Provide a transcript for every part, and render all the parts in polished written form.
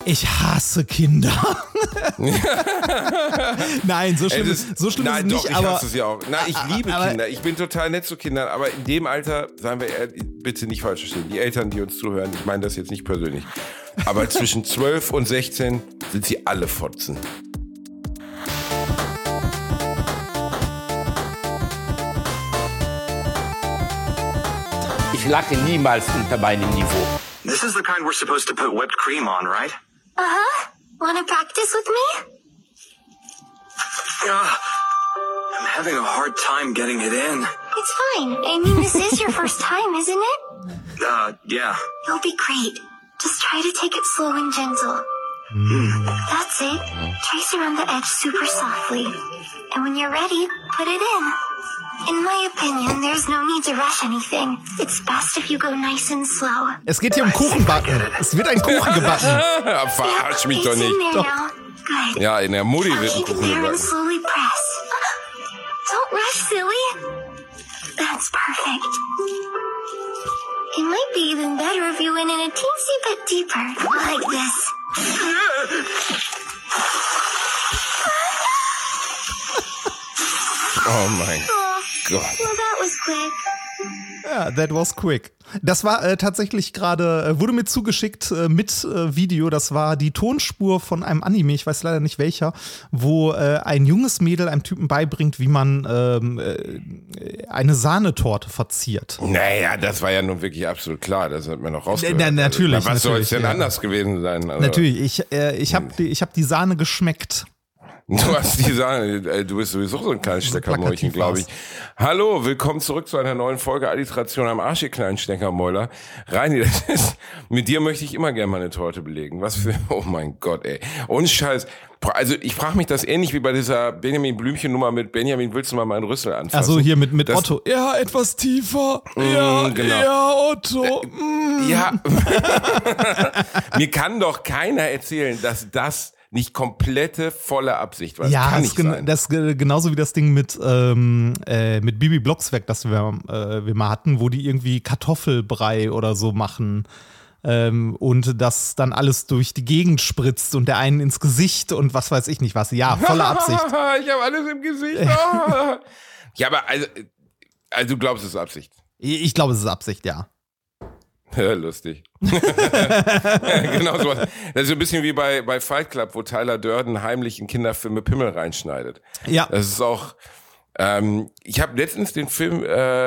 Ich hasse Kinder. Nein, so schlimm ist es nicht. Ich hasse es ja auch. Nein, ich liebe Kinder. Ich bin total nett zu Kindern. Aber in dem Alter, sagen wir bitte nicht falsch verstehen, die Eltern, die uns zuhören, ich meine das jetzt nicht persönlich, aber zwischen 12 und 16 sind sie alle Fotzen. Ich lache niemals unter meinem Niveau. This is the kind we're supposed to put whipped cream on, right? Uh-huh. Wanna practice with me? I'm having a hard time getting it in. It's fine. I mean, this is your first time, isn't it? Yeah. You'll be great. Just try to take it slow and gentle. That's it. Trace around the edge super softly. And when you're ready, put it in. In my opinion, there's no need to rush anything. It's best if you go nice and slow. Es geht hier um Kuchenbacken. Es wird ein Kuchen gebacken. Verarsch mich doch nicht. It's in there now. Good. Ja, in der Mutti I'll wird ein keep it Kuchen there and gebacken. slowly press. Don't rush, silly. That's perfect. It might be even better if you went in a teensy bit deeper, like this. Oh mein Gott. Well, that was quick. Ja, that was quick. Das war tatsächlich gerade, wurde mir zugeschickt mit Video, das war die Tonspur von einem Anime, ich weiß leider nicht welcher, wo ein junges Mädel einem Typen beibringt, wie man eine Sahnetorte verziert. Naja, das war ja nun wirklich absolut klar, das hat man noch rausgehört. Natürlich. Was soll es denn ja. anders gewesen sein? Also, Natürlich, ich hab die Sahne geschmeckt. Du hast die Sahne, du bist sowieso so ein kleines Steckermäulchen, glaube ich. Hallo, willkommen zurück zu einer neuen Folge Alliteration am Arsch, ihr kleinen Steckermäuler. Reini, mit dir möchte ich immer gerne mal eine Torte belegen. Was für, oh mein Gott, ey. Ohne Scheiß. Also ich frage mich das ähnlich wie bei dieser Benjamin Blümchen-Nummer mit Benjamin, willst du mal meinen Rüssel anfassen? Also hier mit Otto. Ja, etwas tiefer. Ja, genau. Ja, Otto. Ja. Mir kann doch keiner erzählen, dass das nicht komplette, volle Absicht war. Ja, kann nicht sein. Das genauso wie das Ding mit Bibi Blocksberg, das wir mal hatten, wo die irgendwie Kartoffelbrei oder so machen und das dann alles durch die Gegend spritzt und der einen ins Gesicht und was weiß ich nicht was. Ja, volle Absicht. Ich habe alles im Gesicht. Ja, aber also du glaubst, es ist Absicht? Ich glaube, es ist Absicht, ja. Lustig. Genau so. Das ist so ein bisschen wie bei Fight Club, wo Tyler Durden heimlich in Kinderfilme Pimmel reinschneidet. Ja. Das ist auch. Ich habe letztens den Film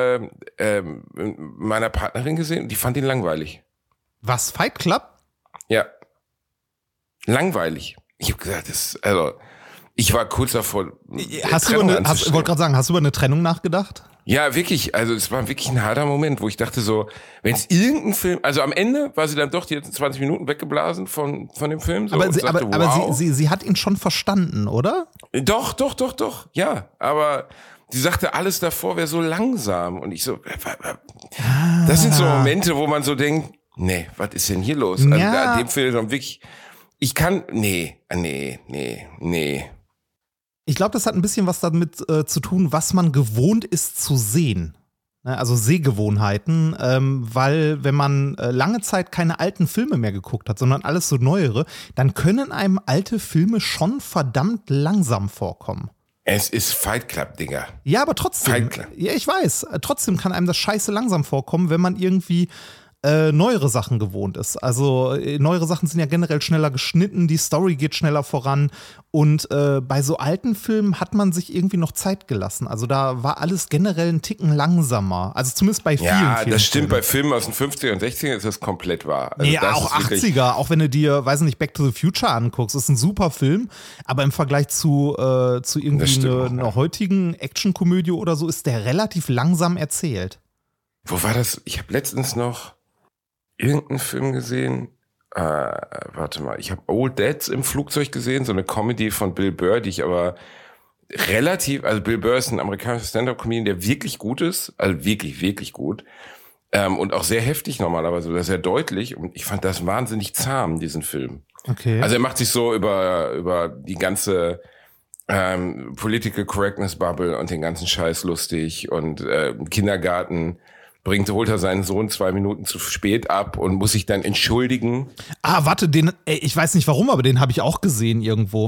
meiner Partnerin gesehen und die fand ihn langweilig. Was, Fight Club? Ja. Langweilig. Ich habe gesagt, ich war kurz davor. Hast du über eine Trennung nachgedacht? Ja, wirklich, also es war wirklich ein harter Moment, wo ich dachte so, wenn es irgendein Film, also am Ende war sie dann doch die letzten 20 Minuten weggeblasen von dem Film. So, aber wow. sie hat ihn schon verstanden, oder? Doch, ja, aber sie sagte, alles davor wäre so langsam und ich so, das sind so Momente, wo man so denkt, nee, was ist denn hier los? Also Ja. in dem Film wirklich, ich kann, nee. Ich glaube, das hat ein bisschen was damit zu tun, was man gewohnt ist zu sehen. Ne, also Sehgewohnheiten, weil wenn man lange Zeit keine alten Filme mehr geguckt hat, sondern alles so neuere, dann können einem alte Filme schon verdammt langsam vorkommen. Es ist Fight Club, Digga. Ja, aber trotzdem, Fight Club. ja, ich weiß, trotzdem kann einem das scheiße langsam vorkommen, wenn man irgendwie neuere Sachen gewohnt ist. Also neuere Sachen sind ja generell schneller geschnitten, die Story geht schneller voran und bei so alten Filmen hat man sich irgendwie noch Zeit gelassen. Also da war alles generell einen Ticken langsamer. Also zumindest bei vielen Ja, das stimmt. Filmen. Bei Filmen aus den 50er und 60er ist das komplett wahr. Also Nee, das auch ist wirklich- 80er, auch wenn du dir, weiß nicht, Back to the Future anguckst, ist ein super Film, aber im Vergleich zu irgendwie Das stimmt, einer heutigen Actionkomödie oder so ist der relativ langsam erzählt. Wo war das? Ich habe letztens noch irgendeinen Film gesehen. Warte mal, ich habe Old Dads im Flugzeug gesehen, so eine Comedy von Bill Burr, die ich aber also Bill Burr ist ein amerikanischer Stand-Up-Comedian, der wirklich gut ist, also wirklich, wirklich gut. Und auch sehr heftig normalerweise, oder sehr deutlich. Und ich fand das wahnsinnig zahm, diesen Film. Okay. Also er macht sich so über die ganze Political Correctness Bubble und den ganzen Scheiß lustig und Kindergarten holt er seinen Sohn 2 Minuten zu spät ab und muss sich dann entschuldigen. Warte, ich weiß nicht warum, aber den habe ich auch gesehen irgendwo.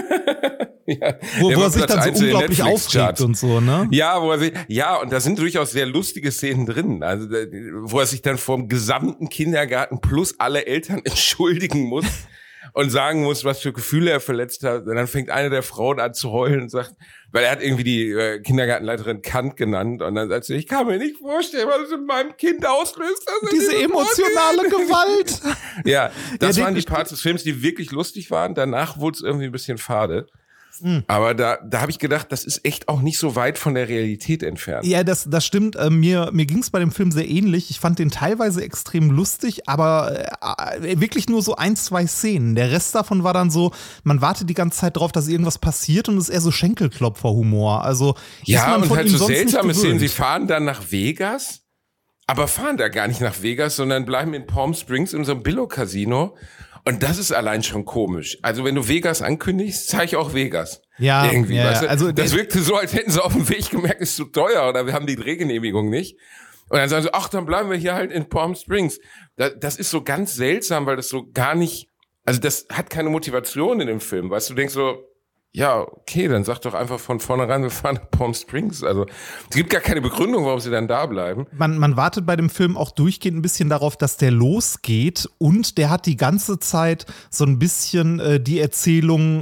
Ja, wo er sich dann so unglaublich aufregt und so, ne? Ja, und da sind durchaus sehr lustige Szenen drin. Also, wo er sich dann vom gesamten Kindergarten plus alle Eltern entschuldigen muss und sagen muss, was für Gefühle er verletzt hat. Und dann fängt eine der Frauen an zu heulen und sagt, weil er hat irgendwie die Kindergartenleiterin Kant genannt und dann sagt sie, ich kann mir nicht vorstellen, was es in meinem Kind auslöst. Also diese emotionale Gewalt. Ja, das waren die Parts des Films, die wirklich lustig waren. Danach wurde es irgendwie ein bisschen fade. Aber da habe ich gedacht, das ist echt auch nicht so weit von der Realität entfernt. Ja, das stimmt. Mir ging es bei dem Film sehr ähnlich. Ich fand den teilweise extrem lustig, aber wirklich nur so 1, 2 Szenen. Der Rest davon war dann so, man wartet die ganze Zeit drauf, dass irgendwas passiert und es ist eher so Schenkelklopfer-Humor. Also ja, und halt so seltsame Szenen. Sie fahren dann nach Vegas, aber fahren da gar nicht nach Vegas, sondern bleiben in Palm Springs in so einem Billo-Casino. Und das ist allein schon komisch. Also wenn du Vegas ankündigst, zeig auch Vegas. Ja, irgendwie, ja, weißt du? Also das wirkte so, als hätten sie auf dem Weg gemerkt, ist zu teuer oder wir haben die Drehgenehmigung nicht. Und dann sagen sie, ach, dann bleiben wir hier halt in Palm Springs. Das ist so ganz seltsam, weil das so gar nicht, also das hat keine Motivation in dem Film. Weißt du, denkst so, ja, okay, dann sag doch einfach von vornherein, wir fahren nach Palm Springs. Also es gibt gar keine Begründung, warum sie dann da bleiben. Man wartet bei dem Film auch durchgehend ein bisschen darauf, dass der losgeht und der hat die ganze Zeit so ein bisschen die Erzählung,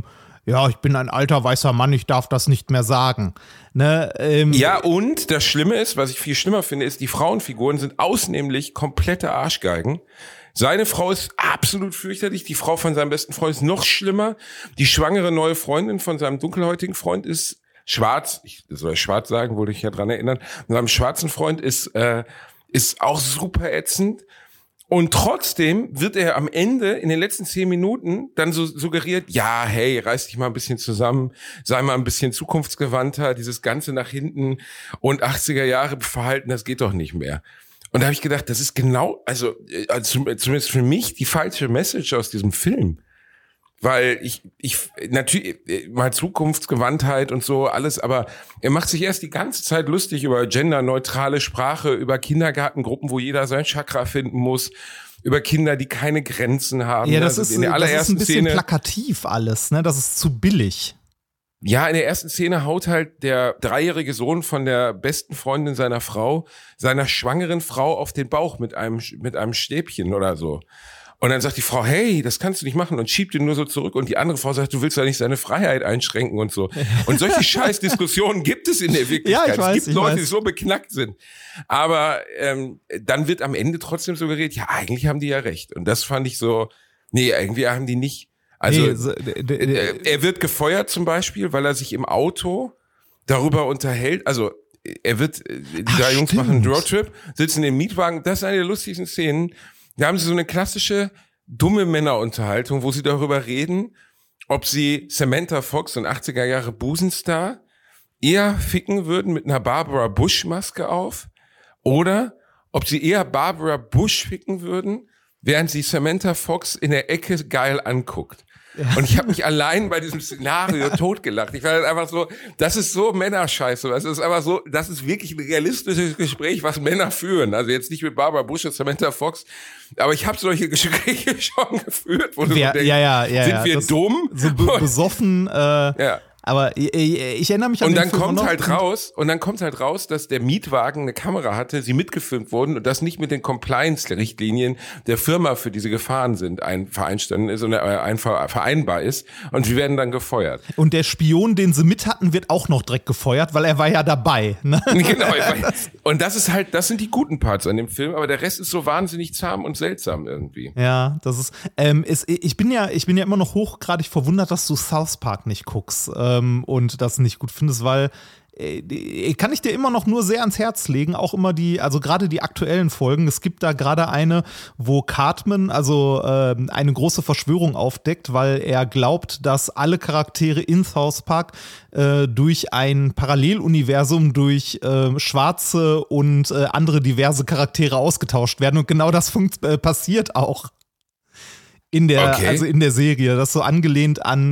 ja, ich bin ein alter weißer Mann, ich darf das nicht mehr sagen. Ne, ja, und das Schlimme ist, was ich viel schlimmer finde, ist, die Frauenfiguren sind ausnehmlich komplette Arschgeigen. Seine Frau ist absolut fürchterlich, die Frau von seinem besten Freund ist noch schlimmer, die schwangere neue Freundin von seinem dunkelhäutigen Freund ist schwarz, ich soll schwarz sagen, wollte ich ja dran erinnern, und seinem schwarzen Freund ist auch super ätzend. Und trotzdem wird er am Ende, in den letzten 10 Minuten, dann so suggeriert, ja, hey, reiß dich mal ein bisschen zusammen, sei mal ein bisschen zukunftsgewandter, dieses Ganze nach hinten und 80er Jahre Verhalten, das geht doch nicht mehr. Und da habe ich gedacht, das ist genau, also zumindest für mich, die falsche Message aus diesem Film. Weil ich natürlich mal Zukunftsgewandtheit und so alles, aber er macht sich erst die ganze Zeit lustig über genderneutrale Sprache, über Kindergartengruppen, wo jeder sein Chakra finden muss, über Kinder, die keine Grenzen haben. Ja, das ist in der allerersten das ist ein bisschen Szene plakativ alles, ne? Das ist zu billig. Ja, in der ersten Szene haut halt der 3-jährige Sohn von der besten Freundin seiner Frau, seiner schwangeren Frau auf den Bauch mit einem Stäbchen oder so. Und dann sagt die Frau, hey, das kannst du nicht machen und schiebt ihn nur so zurück. Und die andere Frau sagt, du willst ja nicht seine Freiheit einschränken und so. Und solche Scheißdiskussionen gibt es in der Wirklichkeit. Ja, ich weiß, es gibt Leute, die so beknackt sind. Aber dann wird am Ende trotzdem suggeriert, ja, eigentlich haben die ja recht. Und das fand ich so, nee, irgendwie haben die nicht. Also er wird gefeuert zum Beispiel, weil er sich im Auto darüber unterhält. Also er wird, die 3 Jungs machen einen Roadtrip, sitzen im Mietwagen. Das ist eine der lustigsten Szenen. Da haben sie so eine klassische dumme Männerunterhaltung, wo sie darüber reden, ob sie Samantha Fox, so ein 80er Jahre Busenstar, eher ficken würden mit einer Barbara Bush Maske auf oder ob sie eher Barbara Bush ficken würden, während sie Samantha Fox in der Ecke geil anguckt. Und ich habe mich allein bei diesem Szenario totgelacht. Ich war dann einfach so, das ist so Männerscheiße. Das ist einfach so, das ist wirklich ein realistisches Gespräch, was Männer führen. Also jetzt nicht mit Barbara Bush und Samantha Fox, aber ich habe solche Gespräche schon geführt, wo du so denkst, sind wir dumm? So besoffen, ja. Aber ich erinnere mich an und den dann Film kommt noch. halt raus, dass der Mietwagen eine Kamera hatte, sie mitgefilmt wurden und das nicht mit den Compliance-Richtlinien der Firma, für die sie gefahren sind, vereinstanden ist und vereinbar ist. Und sie werden dann gefeuert. Und der Spion, den sie mit hatten, wird auch noch direkt gefeuert, weil er war ja dabei. Ne? Genau. Und das sind die guten Parts an dem Film, aber der Rest ist so wahnsinnig zahm und seltsam irgendwie. Ja, das ist, ich bin ja immer noch hochgradig verwundert, dass du South Park nicht guckst. Und das nicht gut findest, weil kann ich dir immer noch nur sehr ans Herz legen, auch immer also gerade die aktuellen Folgen. Es gibt da gerade eine, wo Cartman eine große Verschwörung aufdeckt, weil er glaubt, dass alle Charaktere in South Park durch ein Paralleluniversum durch schwarze und andere diverse Charaktere ausgetauscht werden und genau das passiert auch. In der Serie, das so angelehnt an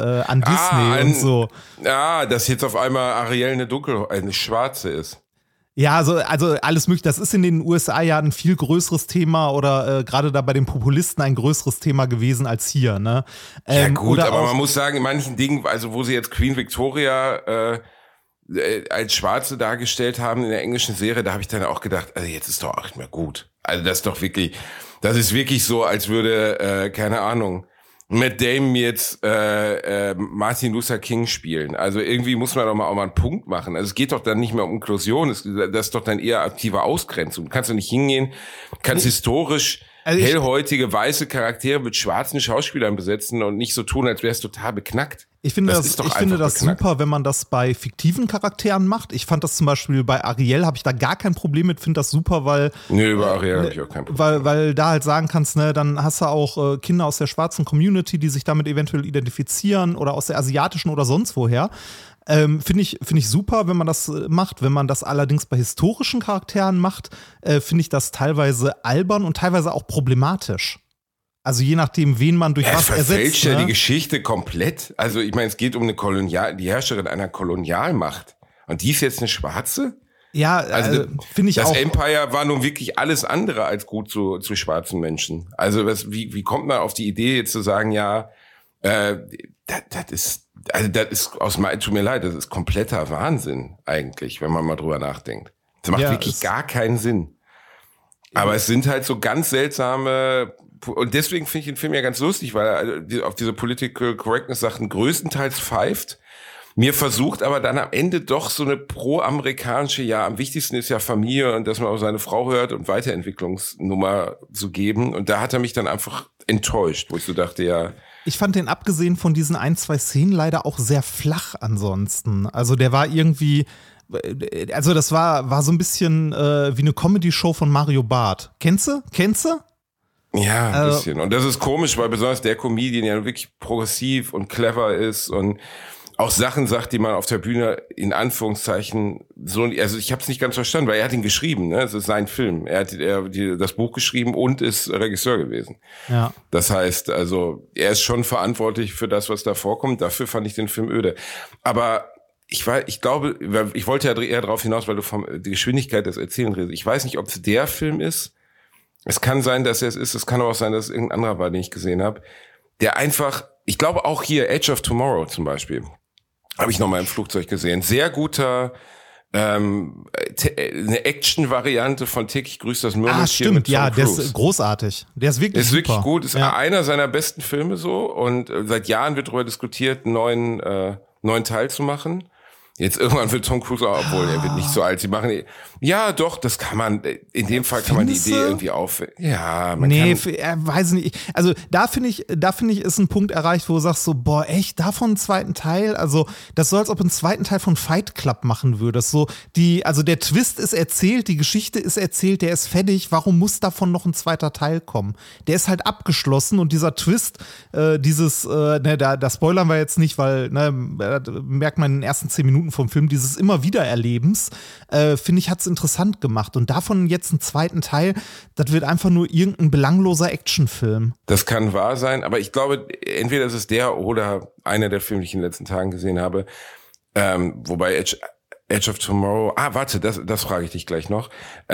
Disney und so. Ja, dass jetzt auf einmal Ariel eine Schwarze ist. Ja, also alles mögliche. Das ist in den USA ja ein viel größeres Thema oder gerade da bei den Populisten ein größeres Thema gewesen als hier. Ne? Ja gut, aber man muss sagen, in manchen Dingen, also wo sie jetzt Queen Victoria als Schwarze dargestellt haben in der englischen Serie, da habe ich dann auch gedacht, also jetzt ist doch auch nicht mehr gut. Also das ist wirklich so, als würde, keine Ahnung, Matt Damon jetzt Martin Luther King spielen. Also irgendwie muss man doch auch mal einen Punkt machen. Also es geht doch dann nicht mehr um Inklusion, das ist doch dann eher aktive Ausgrenzung. Du kannst doch nicht hingehen, kannst historisch hellhäutige weiße Charaktere mit schwarzen Schauspielern besetzen und nicht so tun, als wäre es total beknackt. Ich finde das super, wenn man das bei fiktiven Charakteren macht. Ich fand das zum Beispiel bei Ariel, habe ich da gar kein Problem mit, finde das super, weil über Ariel habe ich auch kein Problem. Weil da halt sagen kannst, ne, dann hast du auch Kinder aus der schwarzen Community, die sich damit eventuell identifizieren oder aus der asiatischen oder sonst woher. Finde ich super, wenn man das macht. Wenn man das allerdings bei historischen Charakteren macht, finde ich das teilweise albern und teilweise auch problematisch. Also je nachdem, wen man durch was ersetzt. Verfälscht ja die Geschichte komplett. Also ich meine, es geht um die Herrscherin einer Kolonialmacht. Und die ist jetzt eine Schwarze? Ja, also finde ich auch. Das Empire war nun wirklich alles andere als gut zu schwarzen Menschen. Also wie kommt man auf die Idee jetzt zu sagen, ja, das ist tut mir leid, das ist kompletter Wahnsinn eigentlich, wenn man mal drüber nachdenkt. Das macht wirklich gar keinen Sinn. Aber es sind halt so ganz seltsame, und deswegen finde ich den Film ja ganz lustig, weil er auf diese Political Correctness Sachen größtenteils pfeift. Mir versucht aber dann am Ende doch so eine pro-amerikanische, ja, am wichtigsten ist ja Familie und dass man auf seine Frau hört und Weiterentwicklungsnummer zu geben. Und da hat er mich dann einfach enttäuscht, wo ich so dachte, ja. Ich fand den abgesehen von diesen 1-2 Szenen leider auch sehr flach ansonsten. Also der war irgendwie, also das war so ein bisschen wie eine Comedy-Show von Mario Barth. Kennst du? Ja, ein bisschen. Und das ist komisch, weil besonders der Comedian ja wirklich progressiv und clever ist und auch Sachen sagt, die man auf der Bühne in Anführungszeichen so, also ich habe es nicht ganz verstanden, weil er hat ihn geschrieben, ne? Es ist sein Film. Er hat das Buch geschrieben und ist Regisseur gewesen. Ja. Das heißt, also er ist schon verantwortlich für das, was da vorkommt. Dafür fand ich den Film öde. Aber ich glaube, ich wollte ja eher darauf hinaus, weil du die Geschwindigkeit des Erzählens redest. Ich weiß nicht, ob es der Film ist. Es kann sein, dass er es ist. Es kann aber auch sein, dass es irgendein anderer war, den ich gesehen habe. Der einfach, ich glaube auch hier Edge of Tomorrow zum Beispiel. Habe ich nochmal im Flugzeug gesehen. Sehr guter, eine Action-Variante von Täglich grüßt das Murmeltier mit Tom Cruise. Der ist großartig. Der ist wirklich super. Ist wirklich gut. Ist einer seiner besten Filme so. Und seit Jahren wird darüber diskutiert, einen neuen Teil zu machen. Jetzt irgendwann wird Tom Cruise, obwohl er wird nicht so alt. Sie machen, ja doch, das kann man, in dem Fall kann man die Idee irgendwie ja, man kann. Weiß nicht. Also da finde ich, ist ein Punkt erreicht, wo du sagst so, boah, echt, davon einen zweiten Teil? Also das soll, als ob du einen zweiten Teil von Fight Club machen würdest. So, also der Twist ist erzählt, die Geschichte ist erzählt, der ist fertig. Warum muss davon noch ein zweiter Teil kommen? Der ist halt abgeschlossen und dieser Twist, da spoilern wir jetzt nicht, weil, merkt man in den ersten 10 Minuten vom Film, dieses immer wieder Erlebens, finde ich, hat es interessant gemacht. Und davon jetzt einen zweiten Teil, das wird einfach nur irgendein belangloser Actionfilm. Das kann wahr sein, aber ich glaube, entweder ist es der oder einer der Filme, die ich in den letzten Tagen gesehen habe, wobei Edge of Tomorrow, warte, das frage ich dich gleich noch.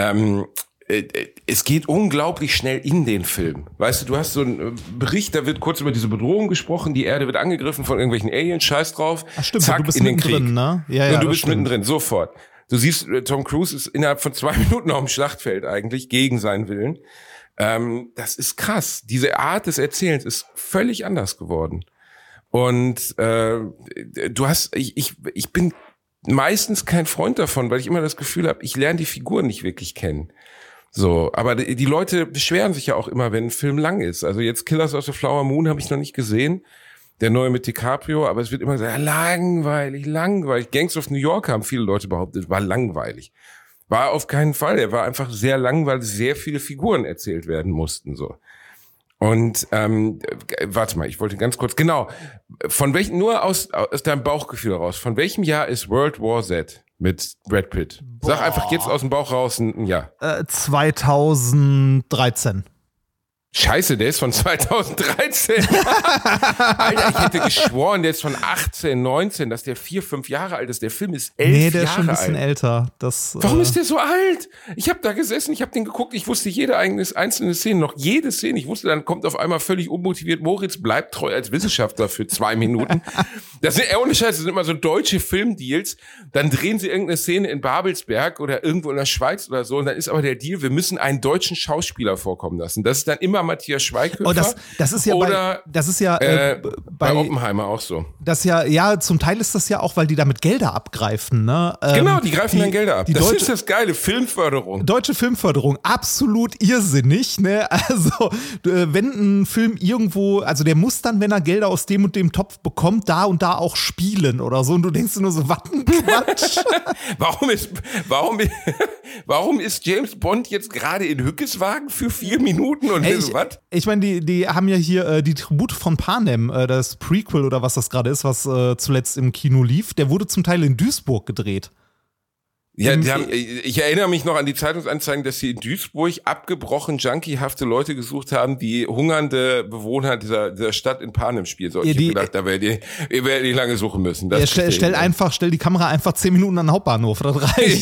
Es geht unglaublich schnell in den Film. Weißt du, du hast so einen Bericht, da wird kurz über diese Bedrohung gesprochen, die Erde wird angegriffen von irgendwelchen Aliens, scheiß drauf. Ach stimmt, zack, du bist in den Krieg. Drin, ne? Ja, und du bist mittendrin, sofort. Du siehst, Tom Cruise ist innerhalb von 2 Minuten auf dem Schlachtfeld eigentlich, gegen seinen Willen. Das ist krass. Diese Art des Erzählens ist völlig anders geworden. Und ich bin meistens kein Freund davon, weil ich immer das Gefühl habe, ich lerne die Figuren nicht wirklich kennen. So, aber die Leute beschweren sich ja auch immer, wenn ein Film lang ist. Also jetzt Killers of the Flower Moon habe ich noch nicht gesehen, der neue mit DiCaprio, aber es wird immer gesagt, langweilig. Gangs of New York haben viele Leute behauptet, war langweilig. War auf keinen Fall, er war einfach sehr lang, weil sehr viele Figuren erzählt werden mussten, so. Und warte mal, ich wollte ganz kurz, genau, von welchem, nur aus deinem Bauchgefühl raus, von welchem Jahr ist World War Z mit Brad Pitt? Sag einfach jetzt aus dem Bauch raus ein Jahr. 2013. Scheiße, der ist von 2013. Alter, ich hätte geschworen, der ist von 18, 19, dass der 4, 5 Jahre alt ist. Der Film ist 11 Jahre alt. Nee, der ist schon ein bisschen älter. Warum ist der so alt? Ich habe da gesessen, ich habe den geguckt, ich wusste jede einzelne Szene, noch jede Szene. Ich wusste, dann kommt auf einmal völlig unmotiviert, Moritz bleibt treu als Wissenschaftler für 2 Minuten. Das sind, ohne Scheiß, das sind immer so deutsche Filmdeals. Dann drehen sie irgendeine Szene in Babelsberg oder irgendwo in der Schweiz oder so. Und dann ist aber der Deal, wir müssen einen deutschen Schauspieler vorkommen lassen. Das ist dann immer Matthias Schweighöfer. Oh, das ist ja oder bei Oppenheimer auch so. Das ja, zum Teil ist das ja auch, weil die damit Gelder abgreifen. Ne? Genau, die greifen dann Gelder ab. Das ist das Geile, Filmförderung. Deutsche Filmförderung, absolut irrsinnig. Ne? Also, wenn ein Film irgendwo, also der muss dann, wenn er Gelder aus dem und dem Topf bekommt, da und da auch spielen oder so. Und du denkst dir nur so, was ein Quatsch. Warum ist James Bond jetzt gerade in Hückeswagen für 4 Minuten und was? Ich meine, die haben ja hier die Tribute von Panem, das Prequel oder was das gerade ist, was zuletzt im Kino lief, der wurde zum Teil in Duisburg gedreht. Ja, ich erinnere mich noch an die Zeitungsanzeigen, dass sie in Duisburg abgebrochen junkiehafte Leute gesucht haben, die hungernde Bewohner dieser Stadt in Panem spielen sollten. Ich habe gedacht, da werdet ihr nicht lange suchen müssen. Stell die Kamera einfach 10 Minuten an den Hauptbahnhof, das reicht.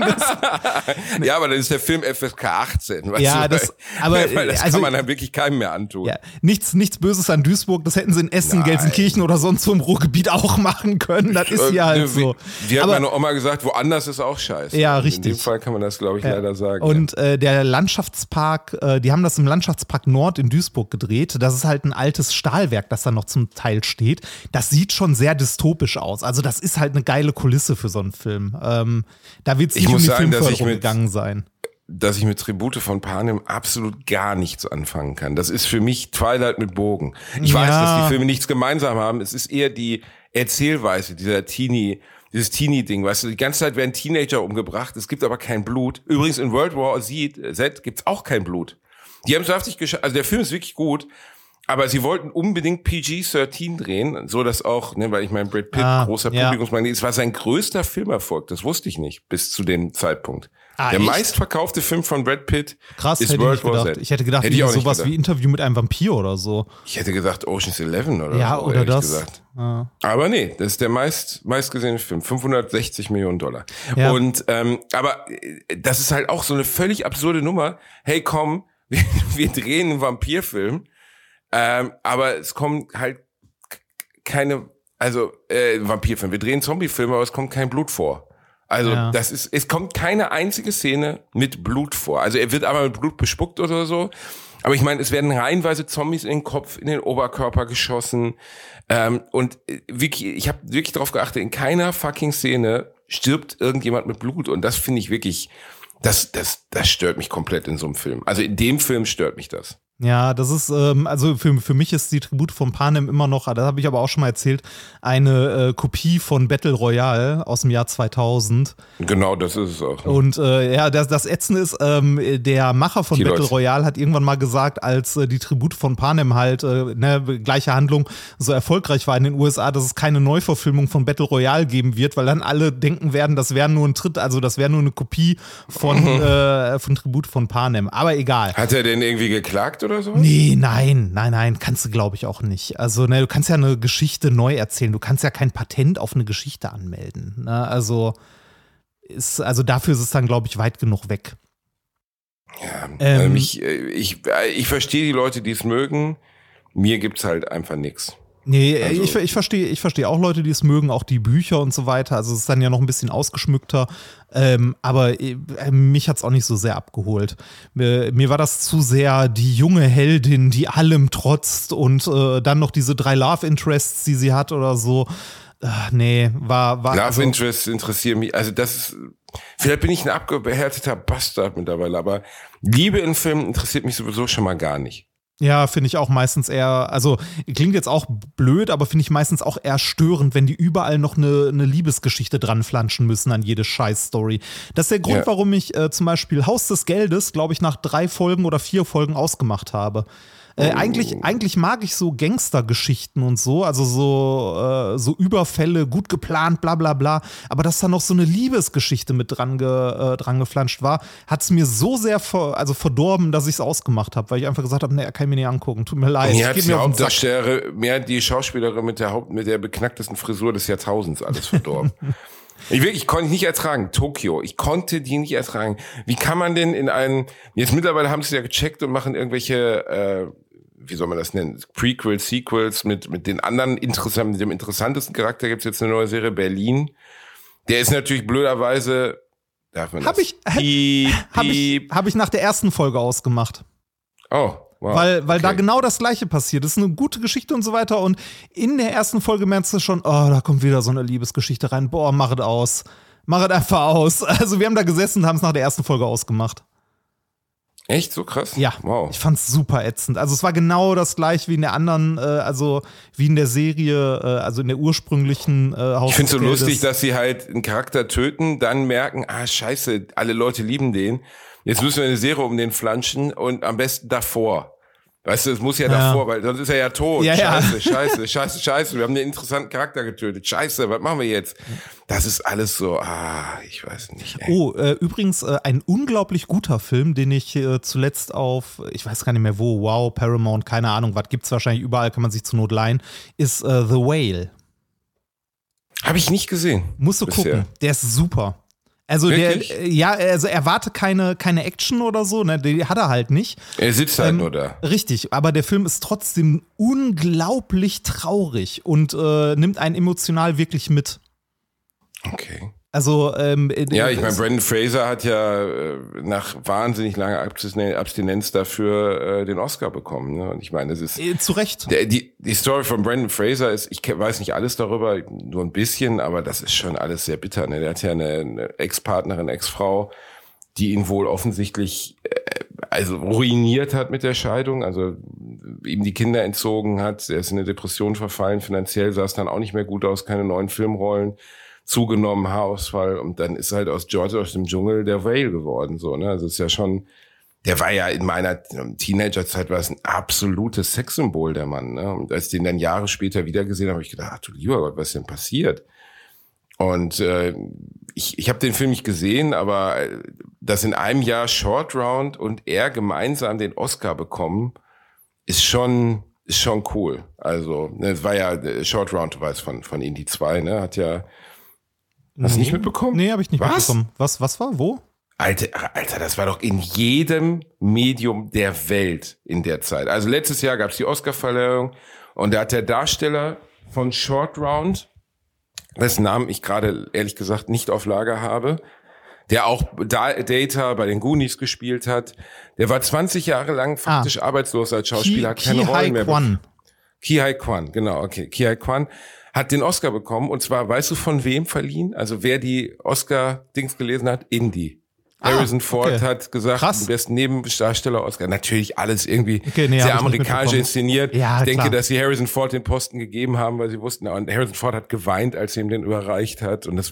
Ja, aber dann ist der Film FSK 18. Weißt ja, du? Aber das kann man dann wirklich keinem mehr antun. Ja, nichts Böses an Duisburg, das hätten sie in Essen, Gelsenkirchen oder sonst wo im Ruhrgebiet auch machen können. Das ist ja halt so. Wie hat meine Oma gesagt, woanders ist auch scheiße. Ja, richtig. In dem Fall kann man das, glaube ich, leider sagen. Und der Landschaftspark, die haben das im Landschaftspark Nord in Duisburg gedreht. Das ist halt ein altes Stahlwerk, das da noch zum Teil steht. Das sieht schon sehr dystopisch aus. Also das ist halt eine geile Kulisse für so einen Film. Da wird es nicht um die Filmförderung gegangen sein. Dass ich mit Tribute von Panem absolut gar nichts anfangen kann. Das ist für mich Twilight mit Bogen. Ich weiß, dass die Filme nichts gemeinsam haben. Es ist eher die Erzählweise, dieses Teenie-Ding, weißt du, die ganze Zeit werden Teenager umgebracht, es gibt aber kein Blut. Übrigens in World War Z gibt's auch kein Blut. Die haben es saftig geschafft, also der Film ist wirklich gut, aber sie wollten unbedingt PG-13 drehen, so dass auch, ne, weil ich meine, Brad Pitt, großer Publikumsmagnet, es war sein größter Filmerfolg, das wusste ich nicht, bis zu dem Zeitpunkt. Der meistverkaufte Film von Brad Pitt ist World War Z. Ich hätte gedacht, sowas wie Interview mit einem Vampir oder so. Ich hätte gesagt Ocean's 11 oder so. Ja, oder das. Gesagt. Aber nee, das ist der meistgesehene Film. $560 Millionen. Ja. Und, aber das ist halt auch so eine völlig absurde Nummer. Hey, komm, wir drehen einen Vampirfilm, aber es kommen halt keine, Vampirfilm. Wir drehen Zombiefilme, aber es kommt kein Blut vor. Also es kommt keine einzige Szene mit Blut vor. Also er wird aber mit Blut bespuckt oder so. Aber ich meine, es werden reihenweise Zombies in den Kopf, in den Oberkörper geschossen. Und wirklich, ich habe wirklich darauf geachtet, in keiner fucking Szene stirbt irgendjemand mit Blut. Und das finde ich wirklich, das stört mich komplett in so einem Film. Also in dem Film stört mich das. Ja, das ist, also für mich ist die Tribute von Panem immer noch, das habe ich aber auch schon mal erzählt, eine Kopie von Battle Royale aus dem Jahr 2000. Genau, das ist es auch. Und das Ätzende ist, der Macher von Battle Royale hat irgendwann mal gesagt, als die Tribute von Panem halt, gleiche Handlung, so erfolgreich war in den USA, dass es keine Neuverfilmung von Battle Royale geben wird, weil dann alle denken werden, das wäre nur ein das wäre nur eine Kopie von Tribute von Panem. Aber egal. Hat er denn irgendwie geklagt oder so? Nee, nein, kannst du, glaube ich, auch nicht. Also, du kannst ja eine Geschichte neu erzählen. Du kannst ja kein Patent auf eine Geschichte anmelden. Ne? Also dafür ist es dann, glaube ich, weit genug weg. Ja, ich verstehe die Leute, die es mögen. Mir gibt's halt einfach nichts. Nee, also, ich verstehe auch Leute, die es mögen, auch die Bücher und so weiter. Also es ist dann ja noch ein bisschen ausgeschmückter. Aber mich hat's auch nicht so sehr abgeholt. Mir war das zu sehr die junge Heldin, die allem trotzt und dann noch diese 3 Love Interests, die sie hat oder so. Nee, war Love Interests interessieren mich. Also das ist, vielleicht bin ich ein abgehärteter Bastard mittlerweile, aber Liebe in Filmen interessiert mich sowieso schon mal gar nicht. Ja, finde ich auch meistens eher, also klingt jetzt auch blöd, aber finde ich meistens auch eher störend, wenn die überall noch eine Liebesgeschichte dran flanschen müssen an jede Scheiß-Story. Das ist der Grund, warum ich zum Beispiel Haus des Geldes, glaube ich, nach 3 Folgen oder 4 Folgen ausgemacht habe. Eigentlich mag ich so Gangstergeschichten und so, also so Überfälle, gut geplant, bla bla bla. Aber dass da noch so eine Liebesgeschichte mit dran geflanscht war, hat es mir so sehr verdorben, dass ich es ausgemacht habe, weil ich einfach gesagt habe, nee, kann ich mir nicht angucken, tut mir leid. Mir hat die Hauptdarstellerin, mehr die Schauspielerin mit der beknacktesten Frisur des Jahrtausends alles verdorben. Ich konnte nicht ertragen. Tokio. Ich konnte die nicht ertragen. Wie kann man denn jetzt mittlerweile haben sie ja gecheckt und machen irgendwelche, wie soll man das nennen? Prequels, Sequels mit den anderen mit dem interessantesten Charakter gibt's jetzt eine neue Serie, Berlin. Der ist natürlich blöderweise, darf man Hab ich nach der ersten Folge ausgemacht. Oh. Wow, weil da genau das Gleiche passiert. Das ist eine gute Geschichte und so weiter. Und in der ersten Folge merkst du schon, oh, da kommt wieder so eine Liebesgeschichte rein. Boah, mach es aus. Mach es einfach aus. Also wir haben da gesessen und haben es nach der ersten Folge ausgemacht. Echt? So krass? Ja, wow. Ich fand's super ätzend. Also es war genau das Gleiche wie in der anderen, also wie in der Serie, also in der ursprünglichen Haus. Ich find's so lustig, dass sie halt einen Charakter töten, dann merken, scheiße, alle Leute lieben den. Jetzt müssen wir eine Serie um den flanschen und am besten davor. Weißt du, es muss ja davor, weil sonst ist er ja tot. Ja, Scheiße. Wir haben einen interessanten Charakter getötet. Scheiße, was machen wir jetzt? Das ist alles so, ich weiß nicht. Ey. Oh, übrigens ein unglaublich guter Film, den ich zuletzt auf, ich weiß gar nicht mehr wo, Wow, Paramount, keine Ahnung, was gibt's wahrscheinlich überall, kann man sich zur Not leihen, ist The Whale. Habe ich nicht gesehen. Musst du gucken, der ist super. Also erwarte keine Action oder so, ne, die hat er halt nicht. Er sitzt halt nur da. Richtig, aber der Film ist trotzdem unglaublich traurig und nimmt einen emotional wirklich mit. Okay. Also, ich meine, Brendan Fraser hat ja nach wahnsinnig langer Abstinenz dafür den Oscar bekommen. Ne? Und ich meine, das ist zu Recht. Die Story von Brendan Fraser ist, ich weiß nicht alles darüber, nur ein bisschen, aber das ist schon alles sehr bitter. Ne? Der hat ja eine Ex-Partnerin, Ex-Frau, die ihn wohl offensichtlich ruiniert hat mit der Scheidung, also ihm die Kinder entzogen hat. Er ist in eine Depression verfallen, finanziell sah es dann auch nicht mehr gut aus, keine neuen Filmrollen. Zugenommen, Haarausfall, und dann ist halt aus George aus dem Dschungel der Whale geworden, so, ne, also ist ja schon, der war ja in meiner Teenagerzeit war es ein absolutes Sexsymbol, der Mann, ne, und als ich den dann Jahre später wieder gesehen habe, habe ich gedacht, ach du lieber Gott, was ist denn passiert? Und ich habe den Film nicht gesehen, aber dass in einem Jahr Short Round und er gemeinsam den Oscar bekommen, ist schon cool. Also, es war ja Short Round, du weißt, von Indie 2, ne, hat ja. Hast du nicht mitbekommen? Nee, habe ich nicht mitbekommen. Was war? Wo? Alter, das war doch in jedem Medium der Welt in der Zeit. Also letztes Jahr gab es die Oscarverleihung und da hat der Darsteller von Short Round, dessen Namen ich gerade ehrlich gesagt nicht auf Lager habe, der auch Data bei den Goonies gespielt hat, der war 20 Jahre lang faktisch arbeitslos als Schauspieler, hat keine Rollen mehr bekommen. Ke-Huy Quan, genau, okay. Ke-Huy Quan hat den Oscar bekommen, und zwar, weißt du, von wem verliehen? Also wer die Oscar-Dings gelesen hat? Indie. Harrison Ford hat gesagt, den besten Nebendarsteller Oscar. Natürlich alles irgendwie sehr amerikanisch inszeniert. Ja, ich denke, dass sie Harrison Ford den Posten gegeben haben, weil sie wussten, und Harrison Ford hat geweint, als er ihm den überreicht hat. Und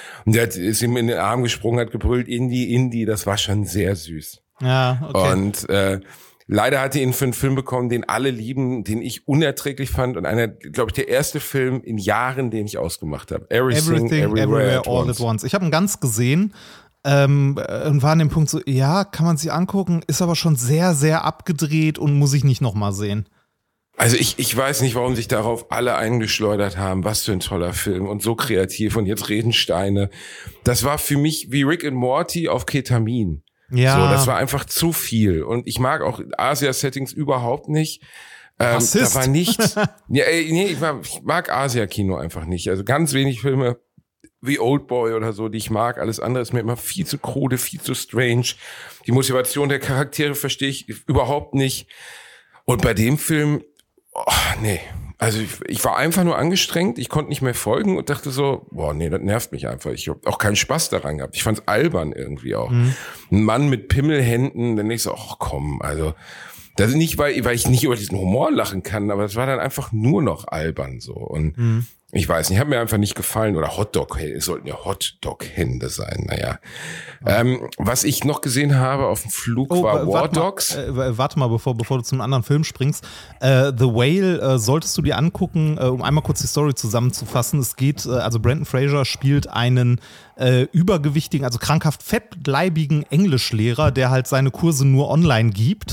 ist ihm in den Arm gesprungen, hat gebrüllt, Indie, das war schon sehr süß. Ja, okay. Und leider hatte ihn für einen Film bekommen, den alle lieben, den ich unerträglich fand, und glaube ich, der erste Film in Jahren, den ich ausgemacht habe. Everything Everywhere All at Once. Ich habe ihn ganz gesehen und war an dem Punkt so, ja, kann man sich angucken, ist aber schon sehr, sehr abgedreht und muss ich nicht nochmal sehen. Also ich weiß nicht, warum sich darauf alle eingeschleudert haben. Was für ein toller Film und so kreativ, und jetzt Redensteine. Das war für mich wie Rick and Morty auf Ketamin. Ja. So, das war einfach zu viel. Und ich mag auch Asia-Settings überhaupt nicht. Da war nichts. Ich mag Asia-Kino einfach nicht. Also ganz wenig Filme wie Oldboy oder so, die ich mag. Alles andere ist mir immer viel zu krude, viel zu strange. Die Motivation der Charaktere verstehe ich überhaupt nicht. Und bei dem Film, nee. Also ich war einfach nur angestrengt, ich konnte nicht mehr folgen und dachte so, das nervt mich einfach. Ich habe auch keinen Spaß daran gehabt. Ich fand's albern irgendwie auch. Ein Mann mit Pimmelhänden, dann denk ich so, komm, also das ist nicht, weil ich nicht über diesen Humor lachen kann, aber es war dann einfach nur noch albern so. Und Ich weiß nicht, hat mir einfach nicht gefallen. Oder Hotdog, es sollten ja Hotdog-Hände sein, naja. Was ich noch gesehen habe auf dem Flug war War Dogs. Warte mal, bevor du zum anderen Film springst. The Whale solltest du dir angucken, um einmal kurz die Story zusammenzufassen. Es geht, also Brendan Fraser spielt einen übergewichtigen, also krankhaft fettleibigen Englischlehrer, der halt seine Kurse nur online gibt.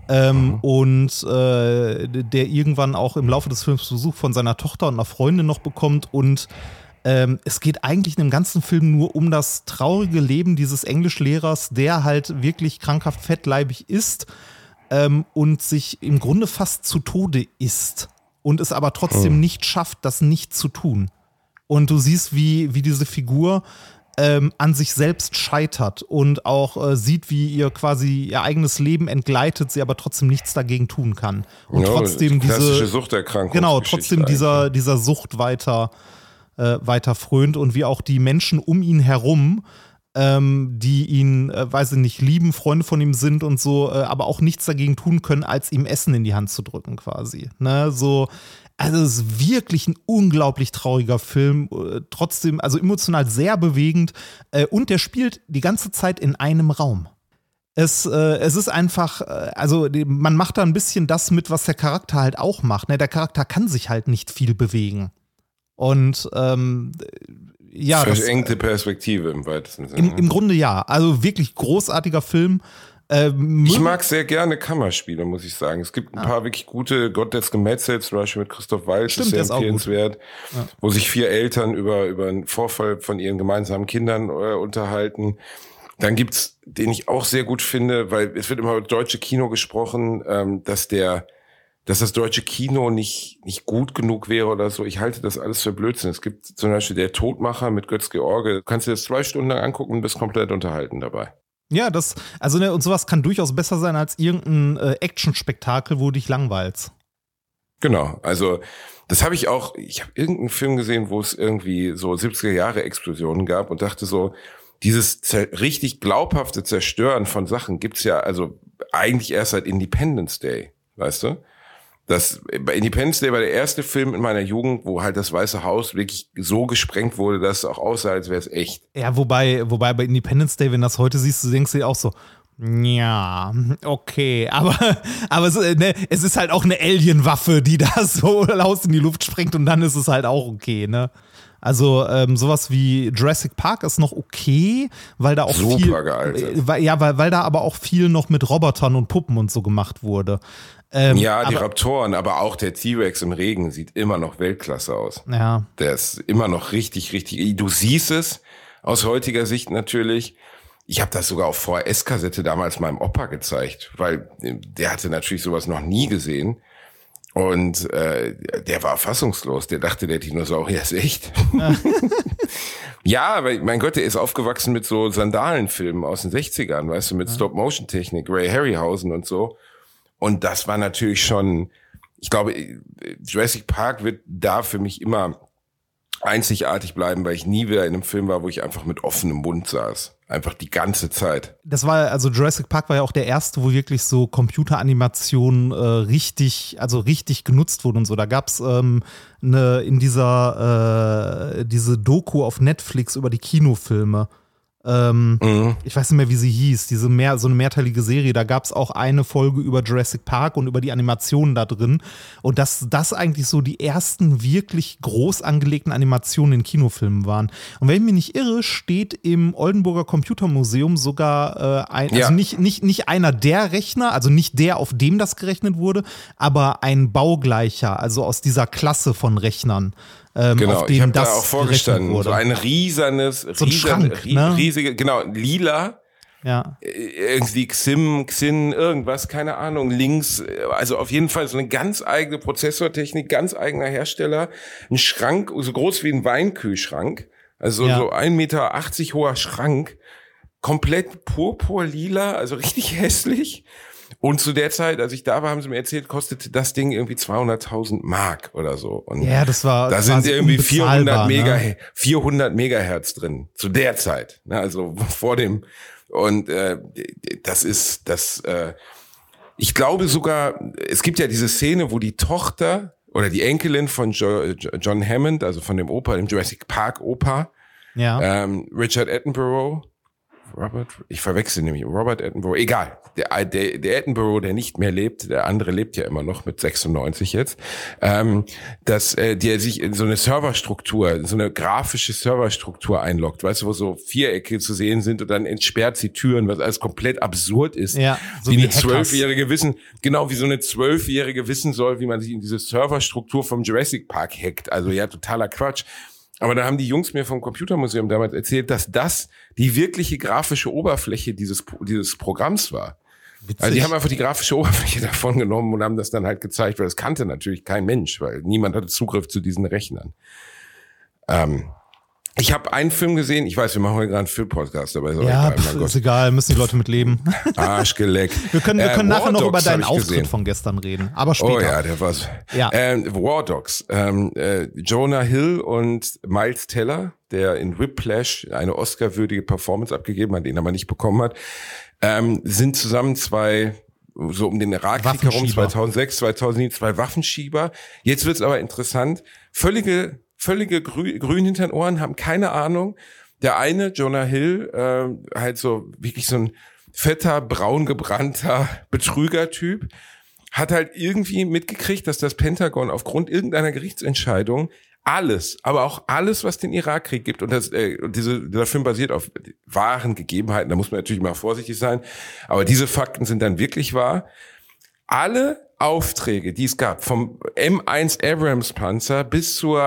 Und der irgendwann auch im Laufe des Films Besuch von seiner Tochter und einer Freundin noch bekommt. Und es geht eigentlich in dem ganzen Film nur um das traurige Leben dieses Englischlehrers, der halt wirklich krankhaft fettleibig ist und sich im Grunde fast zu Tode isst und es aber trotzdem nicht schafft, das nicht zu tun. Und du siehst, wie diese Figur an sich selbst scheitert und auch sieht, wie ihr quasi ihr eigenes Leben entgleitet, sie aber trotzdem nichts dagegen tun kann. Und trotzdem klassische Suchterkrankung. Genau, trotzdem dieser Sucht weiter frönt und wie auch die Menschen um ihn herum, die ihn, weiß ich nicht, lieben, Freunde von ihm sind und so, aber auch nichts dagegen tun können, als ihm Essen in die Hand zu drücken quasi. Ne, so. Also es ist wirklich ein unglaublich trauriger Film, trotzdem, also emotional sehr bewegend und der spielt die ganze Zeit in einem Raum. Es ist einfach, also man macht da ein bisschen das mit, was der Charakter halt auch macht. Ne? Der Charakter kann sich halt nicht viel bewegen. Und ja. Verengte Perspektive im weitesten Sinne. Im Grunde ja, also wirklich großartiger Film. Ich mag sehr gerne Kammerspiele, muss ich sagen. Es gibt ein paar wirklich gute, Gott des Gemetzels, zum Beispiel mit Christoph Waltz, stimmt, ist sehr empfehlenswert, wo sich 4 Eltern über einen Vorfall von ihren gemeinsamen Kindern unterhalten. Dann gibt's, den ich auch sehr gut finde, weil es wird immer über das deutsche Kino gesprochen, dass das deutsche Kino nicht gut genug wäre oder so. Ich halte das alles für Blödsinn. Es gibt zum Beispiel Der Todmacher mit Götz George. Du kannst dir das 2 Stunden lang angucken und bist komplett unterhalten dabei. Ja, und sowas kann durchaus besser sein als irgendein Action-Spektakel, wo du dich langweilst. Genau, also das habe ich auch, ich habe irgendeinen Film gesehen, wo es irgendwie so 70er-Jahre-Explosionen gab und dachte so, dieses richtig glaubhafte Zerstören von Sachen gibt's ja also eigentlich erst seit Independence Day, weißt du? Bei Independence Day war der erste Film in meiner Jugend, wo halt das Weiße Haus wirklich so gesprengt wurde, dass es auch aussah, als wäre es echt. Ja, wobei bei Independence Day, wenn du das heute siehst, du denkst dir auch so, ja, okay, aber es ist halt auch eine Alien-Waffe, die da so laut in die Luft sprengt und dann ist es halt auch okay, ne? Also sowas wie Jurassic Park ist noch okay, weil da auch super gealtert. weil da aber auch viel noch mit Robotern und Puppen und so gemacht wurde. Die Raptoren, aber auch der T-Rex im Regen sieht immer noch Weltklasse aus. Ja. Der ist immer noch richtig, du siehst es aus heutiger Sicht natürlich. Ich habe das sogar auf VHS-Kassette damals meinem Opa gezeigt, weil der hatte natürlich sowas noch nie gesehen. Und der war fassungslos. Der dachte, der Dinosaurier ist echt. Ja, aber mein Gott, der ist aufgewachsen mit so Sandalenfilmen aus den 60ern, weißt du, mit Stop-Motion-Technik, Ray Harryhausen und so. Und das war natürlich schon, ich glaube, Jurassic Park wird da für mich immer einzigartig bleiben, weil ich nie wieder in einem Film war, wo ich einfach mit offenem Mund saß. Einfach die ganze Zeit. Das war, also Jurassic Park war ja auch der erste, wo wirklich so Computeranimation richtig genutzt wurde und so. Da gab's diese Doku auf Netflix über die Kinofilme. Ich weiß nicht mehr, wie sie hieß, so eine mehrteilige Serie, da gab es auch eine Folge über Jurassic Park und über die Animationen da drin und dass das eigentlich so die ersten wirklich groß angelegten Animationen in Kinofilmen waren. Und wenn ich mich nicht irre, steht im Oldenburger Computermuseum sogar also nicht einer der Rechner, also nicht der, auf dem das gerechnet wurde, aber ein baugleicher, also aus dieser Klasse von Rechnern. Genau, auf dem ich habe das da auch vorgestanden, wurde. So ein Schrank, ne? riesige, genau, lila, ja. Irgendwie Xin, irgendwas, keine Ahnung, links, also auf jeden Fall so eine ganz eigene Prozessortechnik, ganz eigener Hersteller, ein Schrank, so groß wie ein Weinkühlschrank, also so 1,80 Meter hoher Schrank, komplett purpurlila, also richtig hässlich. Und zu der Zeit, als ich da war, haben sie mir erzählt, kostete das Ding irgendwie 200.000 Mark oder so. Und ja, da sind irgendwie 400 Megahertz drin. Zu der Zeit. Ne? Also vor dem, und ich glaube sogar, es gibt ja diese Szene, wo die Tochter oder die Enkelin von John Hammond, also von dem Opa, dem Jurassic Park Opa. Ja. Richard Attenborough. Ich verwechsel nämlich Robert Attenborough. Egal. Der Attenborough, der nicht mehr lebt, der andere lebt ja immer noch mit 96 jetzt, der sich in so eine Serverstruktur, so eine grafische Serverstruktur einloggt, weißt du, wo so Vierecke zu sehen sind und dann entsperrt sie Türen, was alles komplett absurd ist. Ja, so wie wie eine Zwölfjährige wissen, genau wie so eine Zwölfjährige wissen soll, wie man sich in diese Serverstruktur vom Jurassic Park hackt. Also ja, totaler Quatsch. Aber da haben die Jungs mir vom Computermuseum damals erzählt, dass das die wirkliche grafische Oberfläche dieses Programms war. Witzig. Also die haben einfach die grafische Oberfläche davon genommen und haben das dann halt gezeigt, weil das kannte natürlich kein Mensch, weil niemand hatte Zugriff zu diesen Rechnern. Ich habe einen Film gesehen, ich weiß, wir machen heute gerade einen Film-Podcast, aber ist auch ja, egal, ist egal, müssen die Leute mit leben. Arschgeleckt. Wir können nachher noch über deinen Auftritt gesehen. von gestern reden, aber später. Oh ja, der war's. Ja. War Dogs. Jonah Hill und Miles Teller, der in Whiplash eine Oscar-würdige Performance abgegeben hat, den aber nicht bekommen hat, sind zusammen zwei, so um den Irakkrieg herum, 2006, 2007, zwei Waffenschieber. Jetzt wird's aber interessant. Völlige Grün hinter den Ohren, haben keine Ahnung. Der eine, Jonah Hill, halt so wirklich so ein fetter, braun gebrannter Betrügertyp, hat halt irgendwie mitgekriegt, dass das Pentagon aufgrund irgendeiner Gerichtsentscheidung alles, aber auch alles, was den Irakkrieg gibt, und dieser Film basiert auf wahren Gegebenheiten, da muss man natürlich mal vorsichtig sein, aber diese Fakten sind dann wirklich wahr. Alle Aufträge, die es gab, vom M1 Abrams Panzer bis zur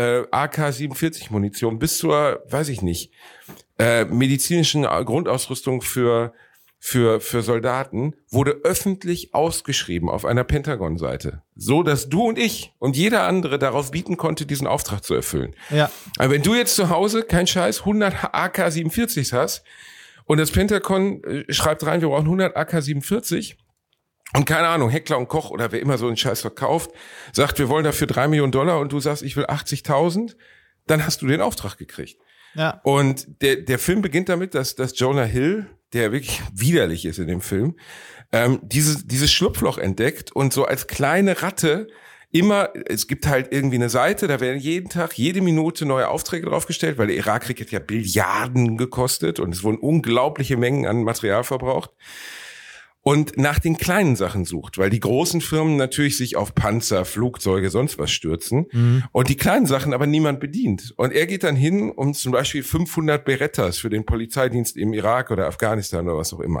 AK-47 Munition, bis zur, weiß ich nicht, medizinischen Grundausrüstung für Soldaten, wurde öffentlich ausgeschrieben auf einer Pentagon-Seite. So, dass du und ich und jeder andere darauf bieten konnte, diesen Auftrag zu erfüllen. Ja. Aber wenn du jetzt zu Hause, kein Scheiß, 100 AK-47s hast und das Pentagon schreibt rein, wir brauchen 100 AK-47, und keine Ahnung, Heckler und Koch oder wer immer so einen Scheiß verkauft, sagt, wir wollen dafür $3 Millionen und du sagst, ich will 80.000, dann hast du den Auftrag gekriegt. Ja. Und der Film beginnt damit, dass Jonah Hill, der wirklich widerlich ist in dem Film, dieses Schlupfloch entdeckt und so als kleine Ratte es gibt halt irgendwie eine Seite, da werden jeden Tag, jede Minute neue Aufträge draufgestellt, weil der Irakkrieg hat ja Billiarden gekostet und es wurden unglaubliche Mengen an Material verbraucht. Und nach den kleinen Sachen sucht, weil die großen Firmen natürlich sich auf Panzer, Flugzeuge, sonst was stürzen und die kleinen Sachen aber niemand bedient. Und er geht dann hin, um zum Beispiel 500 Berettas für den Polizeidienst im Irak oder Afghanistan oder was auch immer,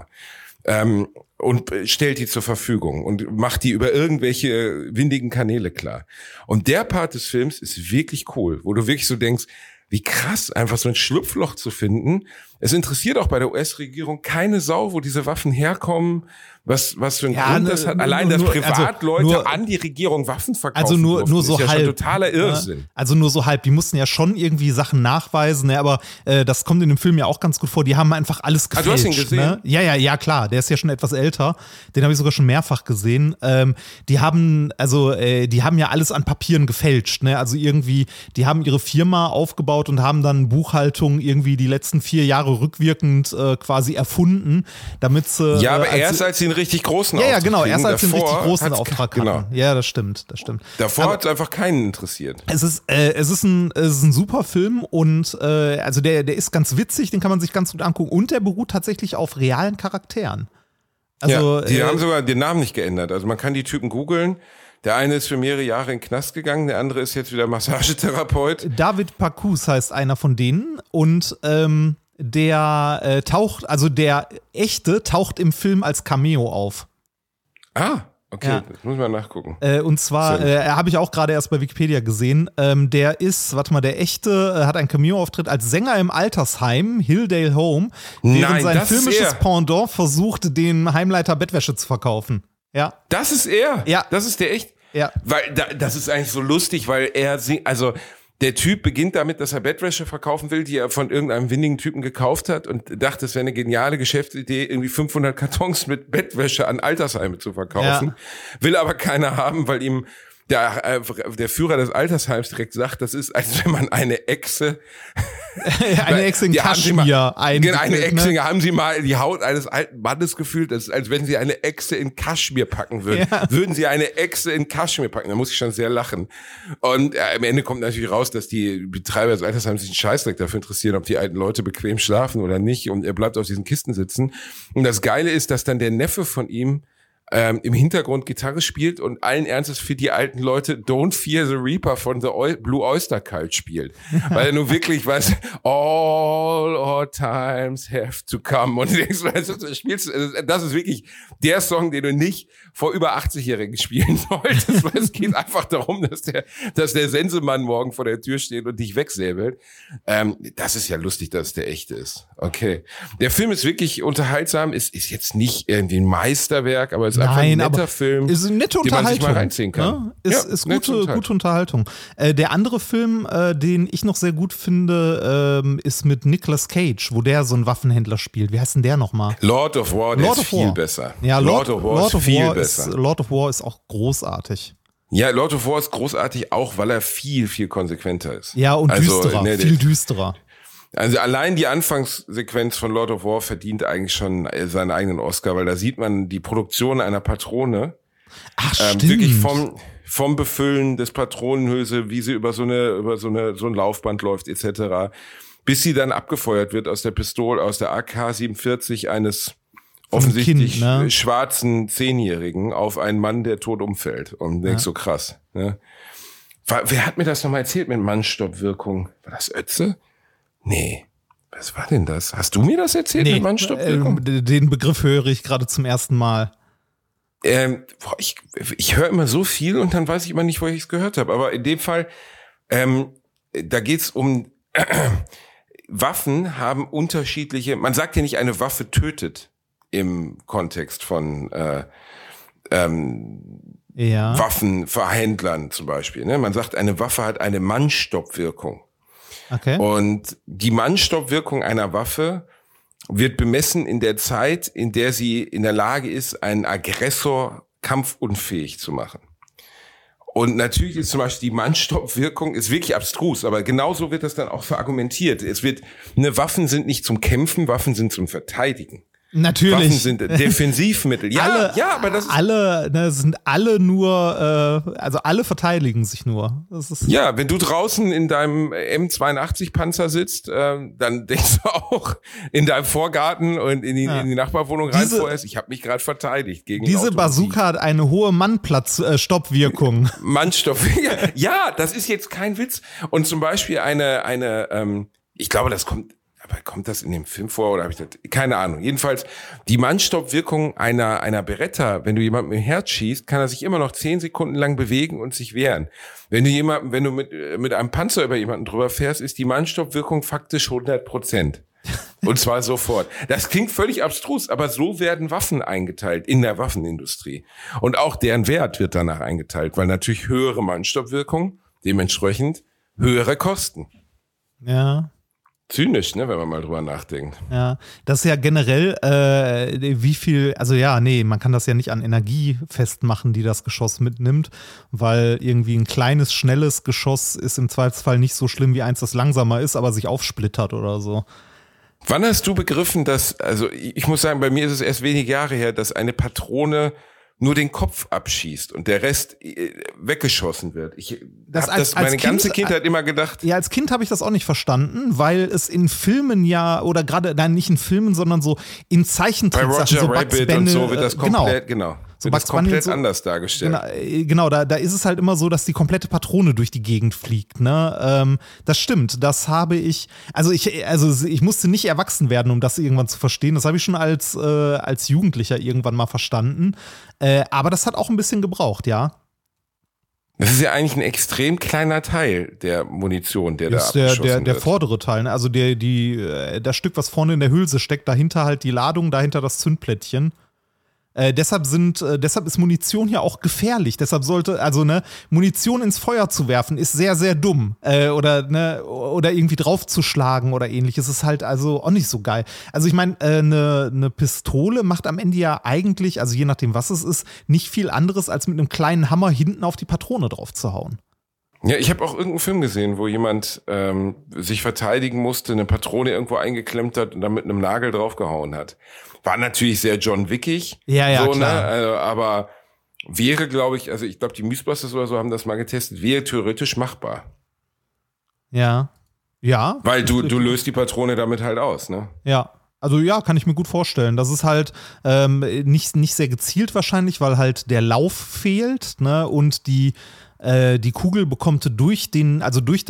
und stellt die zur Verfügung und macht die über irgendwelche windigen Kanäle klar. Und der Part des Films ist wirklich cool, wo du wirklich so denkst, wie krass, einfach so ein Schlupfloch zu finden. Es interessiert auch bei der US-Regierung keine Sau, wo diese Waffen herkommen, was für einen Grund das hat. Allein, dass Privatleute an die Regierung Waffen verkaufen also nur so ist ja halb, schon totaler Irrsinn. Also nur so halb. Die mussten ja schon irgendwie Sachen nachweisen, ne? Aber das kommt in dem Film ja auch ganz gut vor. Die haben einfach alles gefälscht. Du hast ihn gesehen? Ne? Ja, klar. Der ist ja schon etwas älter. Den habe ich sogar schon mehrfach gesehen. Die haben ja alles an Papieren gefälscht. Ne? Also irgendwie, die haben ihre Firma aufgebaut und haben dann Buchhaltung irgendwie die letzten 4 Jahre rückwirkend quasi erfunden, damit sie. Ja, aber erst als sie einen richtig großen Auftrag genau, kriegen. Erst als sie einen richtig großen Auftrag hatten. Genau. Ja, das stimmt. Davor hat es einfach keinen interessiert. Es ist ein super Film und also der ist ganz witzig, den kann man sich ganz gut angucken und der beruht tatsächlich auf realen Charakteren. Also, ja, die haben sogar den Namen nicht geändert. Also man kann die Typen googeln. Der eine ist für mehrere Jahre in den Knast gegangen, der andere ist jetzt wieder Massagetherapeut. David Pacus heißt einer von denen und der echte taucht im Film als Cameo auf. Ah, okay, ja. Das muss man nachgucken. Und zwar, habe ich auch gerade erst bei Wikipedia gesehen, der echte hat einen Cameo-Auftritt als Sänger im Altersheim Hildale Home, während sein filmisches Pendant versucht, den Heimleiter Bettwäsche zu verkaufen. Ja. Das ist er? Ja. Das ist der echt? Ja. Weil das ist eigentlich so lustig, weil der Typ beginnt damit, dass er Bettwäsche verkaufen will, die er von irgendeinem windigen Typen gekauft hat und dachte, es wäre eine geniale Geschäftsidee, irgendwie 500 Kartons mit Bettwäsche an Altersheime zu verkaufen. Ja. Will aber keiner haben, weil ihm der Führer des Altersheims direkt sagt, das ist, als wenn man eine Echse Eine Echse in Kaschmir eine Echse, haben Sie mal die Haut eines alten Mannes gefühlt, das ist, als wenn Sie eine Echse in Kaschmir packen würden. Ja. Würden Sie eine Echse in Kaschmir packen, da muss ich schon sehr lachen. Und am Ende kommt natürlich raus, dass die Betreiber des Altersheims sich einen Scheißdreck dafür interessieren, ob die alten Leute bequem schlafen oder nicht. Und er bleibt auf diesen Kisten sitzen. Und das Geile ist, dass dann der Neffe von ihm im Hintergrund Gitarre spielt und allen Ernstes für die alten Leute Don't Fear the Reaper von The Blue Oyster Cult spielt. Weil er nur wirklich weiß, all our times have to come. Und du denkst, das ist wirklich der Song, den du nicht vor über 80-Jährigen spielen solltest. Weil es geht einfach darum, dass der Sensemann morgen vor der Tür steht und dich wegsäbelt. Das ist ja lustig, dass es der echte ist. Okay. Der Film ist wirklich unterhaltsam, ist jetzt nicht irgendwie ein Meisterwerk, aber es ist einfach ein netter Film, ist eine nette Unterhaltung, den man sich mal reinziehen kann. Ja? Ist gute Unterhaltung. Der andere Film, den ich noch sehr gut finde, ist mit Nicolas Cage, wo der so einen Waffenhändler spielt. Wie heißt denn der nochmal? Lord of War, der ist viel besser. Ja, Lord of War ist viel besser. Lord of War ist auch großartig. Ja, Lord of War ist großartig, auch weil er viel, viel konsequenter ist. Ja, und düsterer, viel düsterer. Also allein die Anfangssequenz von Lord of War verdient eigentlich schon seinen eigenen Oscar, weil da sieht man die Produktion einer Patrone. Ach, stimmt. Wirklich vom Befüllen des Patronenhülse, wie sie über so ein Laufband läuft etc., bis sie dann abgefeuert wird aus der Pistole, aus der AK-47 eines offensichtlich schwarzen 10-Jährigen auf einen Mann, der tot umfällt. Und denkst so krass. Ne? Wer hat mir das nochmal erzählt mit Mannstoppwirkung? War das Ötze? Nee. Was war denn das? Hast du mir das erzählt mit Mannstoppwirkung? Den Begriff höre ich gerade zum ersten Mal. Ich höre immer so viel und dann weiß ich immer nicht, wo ich es gehört habe. Aber in dem Fall, da geht's um Waffen haben unterschiedliche, man sagt ja nicht, eine Waffe tötet im Kontext von Waffenverhändlern zum Beispiel. Ne? Man sagt, eine Waffe hat eine Mannstoppwirkung. Okay. Und die Mannstoppwirkung einer Waffe wird bemessen in der Zeit, in der sie in der Lage ist, einen Aggressor kampfunfähig zu machen. Und natürlich ist zum Beispiel die Mannstoppwirkung ist wirklich abstrus, aber genauso wird das dann auch verargumentiert. Waffen sind nicht zum Kämpfen, Waffen sind zum Verteidigen. Natürlich. Waffen sind Defensivmittel. Ja, aber das ist sind alle nur, also alle verteidigen sich nur. Das ist ja, wenn du draußen in deinem M82-Panzer sitzt, dann denkst du auch in deinem Vorgarten und in die Nachbarwohnung reinfeuerst, ich habe mich gerade verteidigt gegen diese Bazooka hat eine hohe Stoppwirkung. Mannstoppwirkung. Ja, das ist jetzt kein Witz. Und zum Beispiel ich glaube, das kommt das in dem Film vor oder habe ich das? Keine Ahnung. Jedenfalls die Mannstoppwirkung einer Beretta, wenn du jemandem im Herz schießt, kann er sich immer noch 10 Sekunden lang bewegen und sich wehren. Wenn du mit einem Panzer über jemanden drüber fährst, ist die Mannstoppwirkung faktisch 100%. Und zwar sofort. Das klingt völlig abstrus, aber so werden Waffen eingeteilt in der Waffenindustrie. Und auch deren Wert wird danach eingeteilt, weil natürlich höhere Mannstoppwirkung, dementsprechend höhere Kosten. Ja. Zynisch, ne, wenn man mal drüber nachdenkt. Ja, das ist ja generell, wie viel, man kann das ja nicht an Energie festmachen, die das Geschoss mitnimmt, weil irgendwie ein kleines, schnelles Geschoss ist im Zweifelsfall nicht so schlimm wie eins, das langsamer ist, aber sich aufsplittert oder so. Wann hast du begriffen, ich muss sagen, bei mir ist es erst wenige Jahre her, dass eine Patrone nur den Kopf abschießt und der Rest weggeschossen wird. Ich habe meine ganze Kindheit immer gedacht. Ja, als Kind habe ich das auch nicht verstanden, weil es in Filmen nicht in Filmen, sondern so in Zeichentricksachen. Bei Roger Rabbit und so wird das komplett, so wird das komplett anders dargestellt. Genau, da ist es halt immer so, dass die komplette Patrone durch die Gegend fliegt. Ne? Das stimmt, das habe ich, ich musste nicht erwachsen werden, um das irgendwann zu verstehen. Das habe ich schon als Jugendlicher irgendwann mal verstanden. Aber das hat auch ein bisschen gebraucht, ja. Das ist ja eigentlich ein extrem kleiner Teil der Munition, der da abgeschossen wird. Der vordere Teil, ne? Also das Stück, was vorne in der Hülse steckt, dahinter halt die Ladung, dahinter das Zündplättchen. Deshalb ist Munition ja auch gefährlich. Deshalb Munition ins Feuer zu werfen, ist sehr, sehr dumm. Oder irgendwie draufzuschlagen oder ähnliches ist halt also auch nicht so geil. Also ich meine, eine Pistole macht am Ende ja eigentlich, also je nachdem, was es ist, nicht viel anderes, als mit einem kleinen Hammer hinten auf die Patrone drauf zu hauen. Ja, ich habe auch irgendeinen Film gesehen, wo jemand sich verteidigen musste, eine Patrone irgendwo eingeklemmt hat und dann mit einem Nagel draufgehauen hat. War natürlich sehr John Wickig. Ja, so, klar. Ne? Aber wäre, glaube ich, also ich glaube, die Mythbusters oder so haben das mal getestet, wäre theoretisch machbar. Ja. Ja. Weil du löst die Patrone damit halt aus, ne? Ja. Also ja, kann ich mir gut vorstellen. Das ist halt nicht sehr gezielt wahrscheinlich, weil halt der Lauf fehlt, ne? Und die Kugel bekommt durch den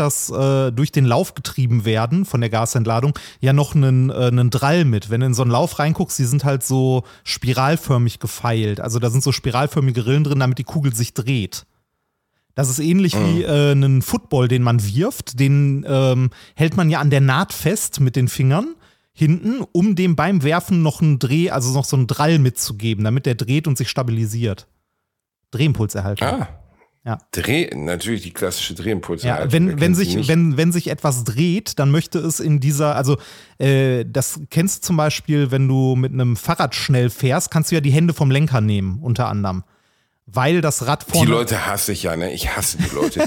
Lauf getrieben werden von der Gasentladung ja noch einen Drall mit. Wenn du in so einen Lauf reinguckst, die sind halt so spiralförmig gefeilt. Also da sind so spiralförmige Rillen drin, damit die Kugel sich dreht. Das ist ähnlich wie einen Football, den man wirft. Den hält man ja an der Naht fest mit den Fingern hinten, um dem beim Werfen noch einen also noch so einen Drall mitzugeben, damit der dreht und sich stabilisiert. Drehimpulserhaltung. Ja. Natürlich die klassische Ja, Drehimpulserhaltung. wenn sich etwas dreht, dann möchte es in dieser, also das kennst du zum Beispiel, wenn du mit einem Fahrrad schnell fährst, kannst du ja die Hände vom Lenker nehmen, unter anderem. Weil das Rad vorne... Die Leute hasse ich ja, ne? Ich hasse die Leute.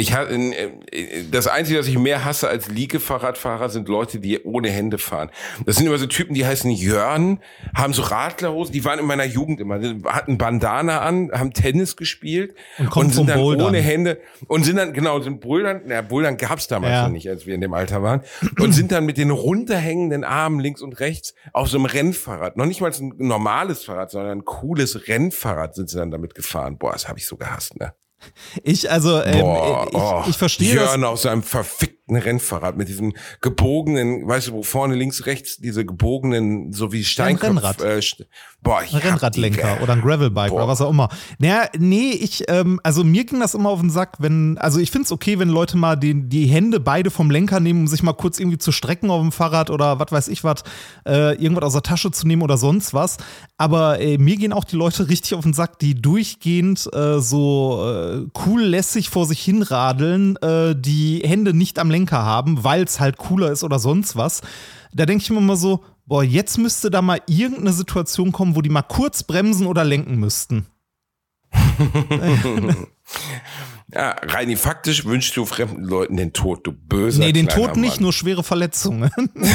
Das Einzige, was ich mehr hasse als Liege-Fahrradfahrer, sind Leute, die ohne Hände fahren. Das sind immer so Typen, die heißen Jörn, haben so Radlerhosen, die waren in meiner Jugend immer, die hatten Bandana an, haben Tennis gespielt und sind dann Bouldern. ohne Hände und sind dann, genau, sind Bouldern gab's damals noch nicht, als wir in dem Alter waren, und sind dann mit den runterhängenden Armen links und rechts auf so einem Rennfahrrad, noch nicht mal ein normales Fahrrad, sondern ein cooles Rennfahrrad sind sie dann damit gefahren. Boah, das habe ich so gehasst, ne? Ich verstehe das. Jörn auf seinem verfickten Rennfahrrad mit diesem gebogenen, weißt du, wo vorne links, rechts diese gebogenen, so wie Steinkopf. Ein Rennrad. Ein Rennradlenker oder ein Gravelbike oder was auch immer. Naja, nee, also mir ging das immer auf den Sack, also ich finde es okay, wenn Leute mal die Hände beide vom Lenker nehmen, um sich mal kurz irgendwie zu strecken auf dem Fahrrad oder was weiß ich was, irgendwas aus der Tasche zu nehmen oder sonst was. Aber mir gehen auch die Leute richtig auf den Sack, die durchgehend cool lässig vor sich hinradeln, die Hände nicht am Lenker haben, weil es halt cooler ist oder sonst was. Da denke ich mir immer so, boah, jetzt müsste da mal irgendeine Situation kommen, wo die mal kurz bremsen oder lenken müssten. Ja, rein faktisch wünschst du fremden Leuten den Tod, du böser Nee, den kleiner Tod nicht, Mann. nur schwere Verletzungen.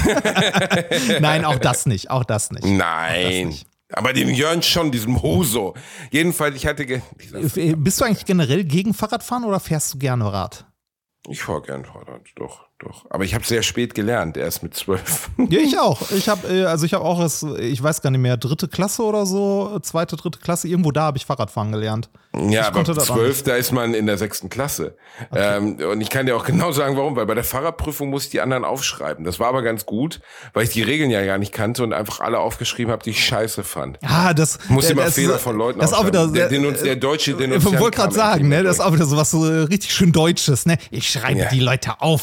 Nein, auch das nicht. Nein. Aber dem Jörn schon, diesem Huso. Jedenfalls, ich hatte... Bist du eigentlich generell gegen Fahrradfahren oder fährst du gerne Rad? Ich fahre gern Fahrrad, doch. Aber ich habe sehr spät gelernt, erst mit 12. Ja, ich auch. Ich habe auch, ich weiß gar nicht mehr, 3. Klasse oder so, 2., 3. Klasse, irgendwo da habe ich Fahrradfahren gelernt. Ja, aber 12, da ist man in der 6. Klasse. Okay. Und ich kann dir auch genau sagen, warum, weil bei der Fahrradprüfung muss ich die anderen aufschreiben. Das war aber ganz gut, weil ich die Regeln ja gar nicht kannte und einfach alle aufgeschrieben habe, die ich scheiße fand. Ja, muss immer Fehler von Leuten das aufschreiben. Auch wieder, der deutsche Denunziant. Ich wollte gerade sagen, ne, das ist auch wieder so was so richtig schön Deutsches, ne? Ich schreibe die Leute auf.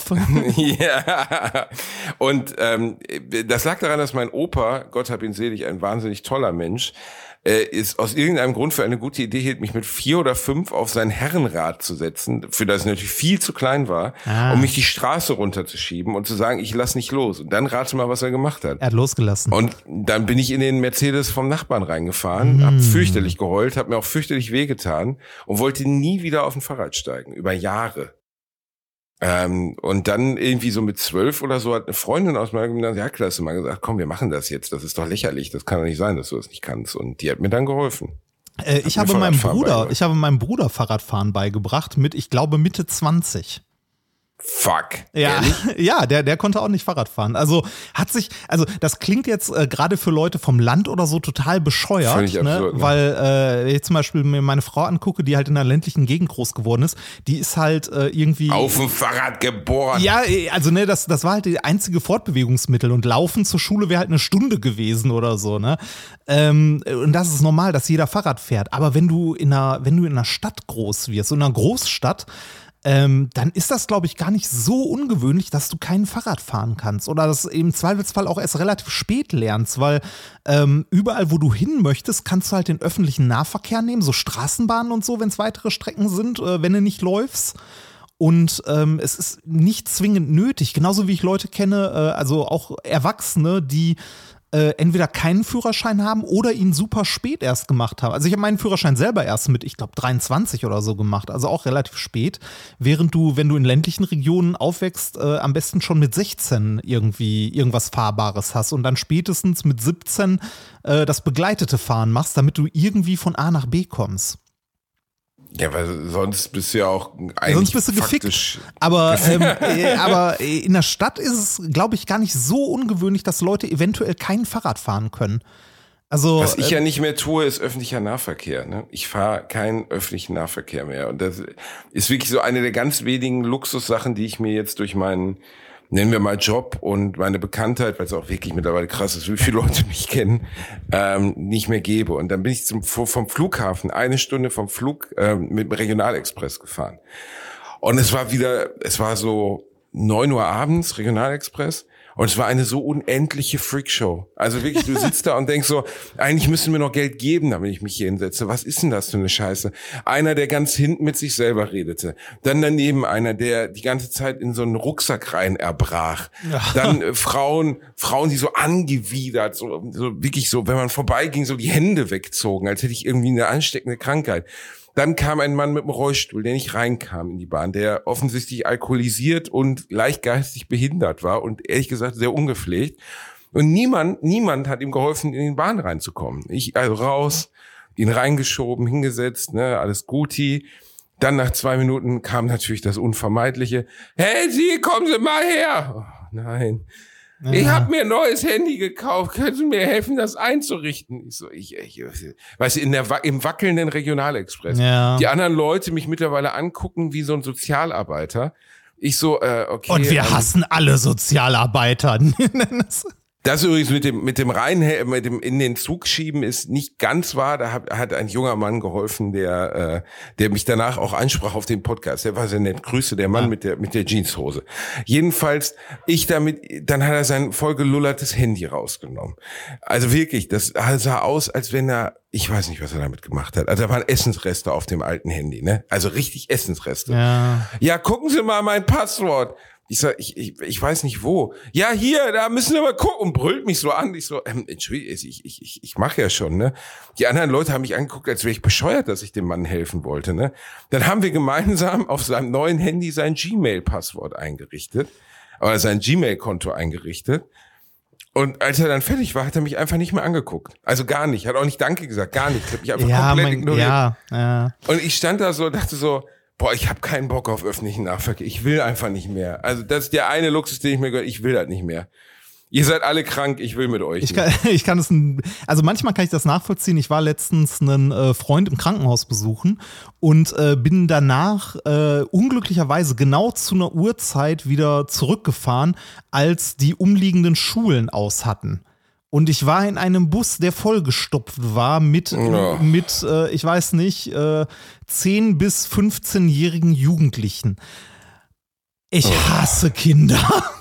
Ja, und das lag daran, dass mein Opa, Gott hab ihn selig, ein wahnsinnig toller Mensch, ist aus irgendeinem Grund für eine gute Idee hielt, mich mit 4 oder 5 auf sein Herrenrad zu setzen, für das ich natürlich viel zu klein war, um mich die Straße runterzuschieben und zu sagen, ich lass nicht los. Und dann rate mal, was er gemacht hat. Er hat losgelassen. Und dann bin ich in den Mercedes vom Nachbarn reingefahren, hab fürchterlich geheult, hab mir auch fürchterlich wehgetan und wollte nie wieder auf ein Fahrrad steigen, über Jahre. Und dann irgendwie so mit 12 oder so hat eine Freundin aus meiner Gymnasialklasse mal gesagt, komm, wir machen das jetzt, das ist doch lächerlich, das kann doch nicht sein, dass du das nicht kannst. Und die hat mir dann geholfen. Ich habe meinem Bruder Fahrradfahren beigebracht mit, ich glaube, Mitte 20. Fuck. Ja, ja, der konnte auch nicht Fahrrad fahren. Also das klingt jetzt gerade für Leute vom Land oder so total bescheuert, völlig absurd, ne? Weil ich zum Beispiel mir meine Frau angucke, die halt in einer ländlichen Gegend groß geworden ist, die ist halt irgendwie auf dem Fahrrad geboren. Ja, also ne, das war halt die einzige Fortbewegungsmittel und Laufen zur Schule wäre halt eine Stunde gewesen oder so, ne? Und das ist normal, dass jeder Fahrrad fährt. Aber wenn du in einer Stadt groß wirst, so in einer Großstadt, dann ist das, glaube ich, gar nicht so ungewöhnlich, dass du kein Fahrrad fahren kannst oder das im Zweifelsfall auch erst relativ spät lernst, weil überall, wo du hin möchtest, kannst du halt den öffentlichen Nahverkehr nehmen, so Straßenbahnen und so, wenn es weitere Strecken sind, wenn du nicht läufst. Und es ist nicht zwingend nötig, genauso wie ich Leute kenne, also auch Erwachsene, die entweder keinen Führerschein haben oder ihn super spät erst gemacht haben. Also ich habe meinen Führerschein selber erst mit, ich glaube, 23 oder so gemacht, also auch relativ spät, während du, wenn du in ländlichen Regionen aufwächst, am besten schon mit 16 irgendwie irgendwas Fahrbares hast und dann spätestens mit 17 das begleitete Fahren machst, damit du irgendwie von A nach B kommst. Ja, weil sonst bist du ja auch eigentlich sonst bist du gefickt. Aber in der Stadt ist es, glaube ich, gar nicht so ungewöhnlich, dass Leute eventuell kein Fahrrad fahren können. Also, was ich ja nicht mehr tue, ist öffentlicher Nahverkehr. Ne? Ich fahre keinen öffentlichen Nahverkehr mehr. Und das ist wirklich so eine der ganz wenigen Luxussachen, die ich mir jetzt durch meinen, nennen wir mal Job und meine Bekanntheit, weil es auch wirklich mittlerweile krass ist, wie viele Leute mich kennen, nicht mehr gebe. Und dann bin ich vom Flughafen 1 Stunde vom Flug mit dem Regionalexpress gefahren. Und es war so 9 Uhr abends, Regionalexpress. Und es war eine so unendliche Freakshow. Also wirklich, du sitzt da und denkst so, eigentlich müssten mir noch Geld geben, damit ich mich hier hinsetze. Was ist denn das für eine Scheiße? Einer, der ganz hinten mit sich selber redete. Dann daneben einer, der die ganze Zeit in so einen Rucksack rein erbrach. Ja. Dann Frauen, die so angewidert, so wirklich so, wenn man vorbeiging, so die Hände wegzogen, als hätte ich irgendwie eine ansteckende Krankheit. Dann kam ein Mann mit einem Rollstuhl, der nicht reinkam in die Bahn, der offensichtlich alkoholisiert und leicht geistig behindert war und ehrlich gesagt sehr ungepflegt. Und niemand hat ihm geholfen, in die Bahn reinzukommen. Ich also raus, ihn reingeschoben, hingesetzt, ne, alles guti. Dann nach 2 Minuten kam natürlich das Unvermeidliche. Hey, Sie, kommen Sie mal her. Oh, nein. Ja. Ich habe mir ein neues Handy gekauft. Können Sie mir helfen, das einzurichten? Ich so, weißt du, im wackelnden Regionalexpress. Ja. Die anderen Leute mich mittlerweile angucken wie so ein Sozialarbeiter. Ich so, okay. Und wir hassen alle Sozialarbeiter. Das übrigens mit dem in den Zug schieben ist nicht ganz wahr. Da hat ein junger Mann geholfen, der mich danach auch ansprach auf den Podcast. Der war sehr nett. Grüße, der Mann mit der Jeanshose. Jedenfalls, dann hat er sein vollgelullertes Handy rausgenommen. Also wirklich, das sah aus, als wenn ich weiß nicht, was er damit gemacht hat. Also da waren Essensreste auf dem alten Handy, ne? Also richtig Essensreste. Ja, gucken Sie mal mein Passwort. Ich sag, ich weiß nicht wo. Ja, hier, da müssen wir mal gucken. Und brüllt mich so an. Ich so, Entschuldigung, ich mache ja schon, ne? Die anderen Leute haben mich angeguckt, als wäre ich bescheuert, dass ich dem Mann helfen wollte, ne? Dann haben wir gemeinsam auf seinem neuen Handy sein Gmail-Passwort eingerichtet. Oder sein Gmail-Konto eingerichtet. Und als er dann fertig war, hat er mich einfach nicht mehr angeguckt. Also gar nicht. Hat auch nicht Danke gesagt, gar nicht. Hat mich einfach komplett ignoriert. Ja. Und ich stand da so, dachte so, boah, ich habe keinen Bock auf öffentlichen Nahverkehr. Ich will einfach nicht mehr. Also das ist der eine Luxus, den ich mir gehört. Ich will das nicht mehr. Ihr seid alle krank, ich will mit euch. Ich kann es, also manchmal kann ich das nachvollziehen. Ich war letztens einen Freund im Krankenhaus besuchen und bin danach unglücklicherweise genau zu einer Uhrzeit wieder zurückgefahren, als die umliegenden Schulen aus hatten. Und ich war in einem Bus, der vollgestopft war mit ich weiß nicht, 10- bis 15-jährigen Jugendlichen. Ich hasse Kinder.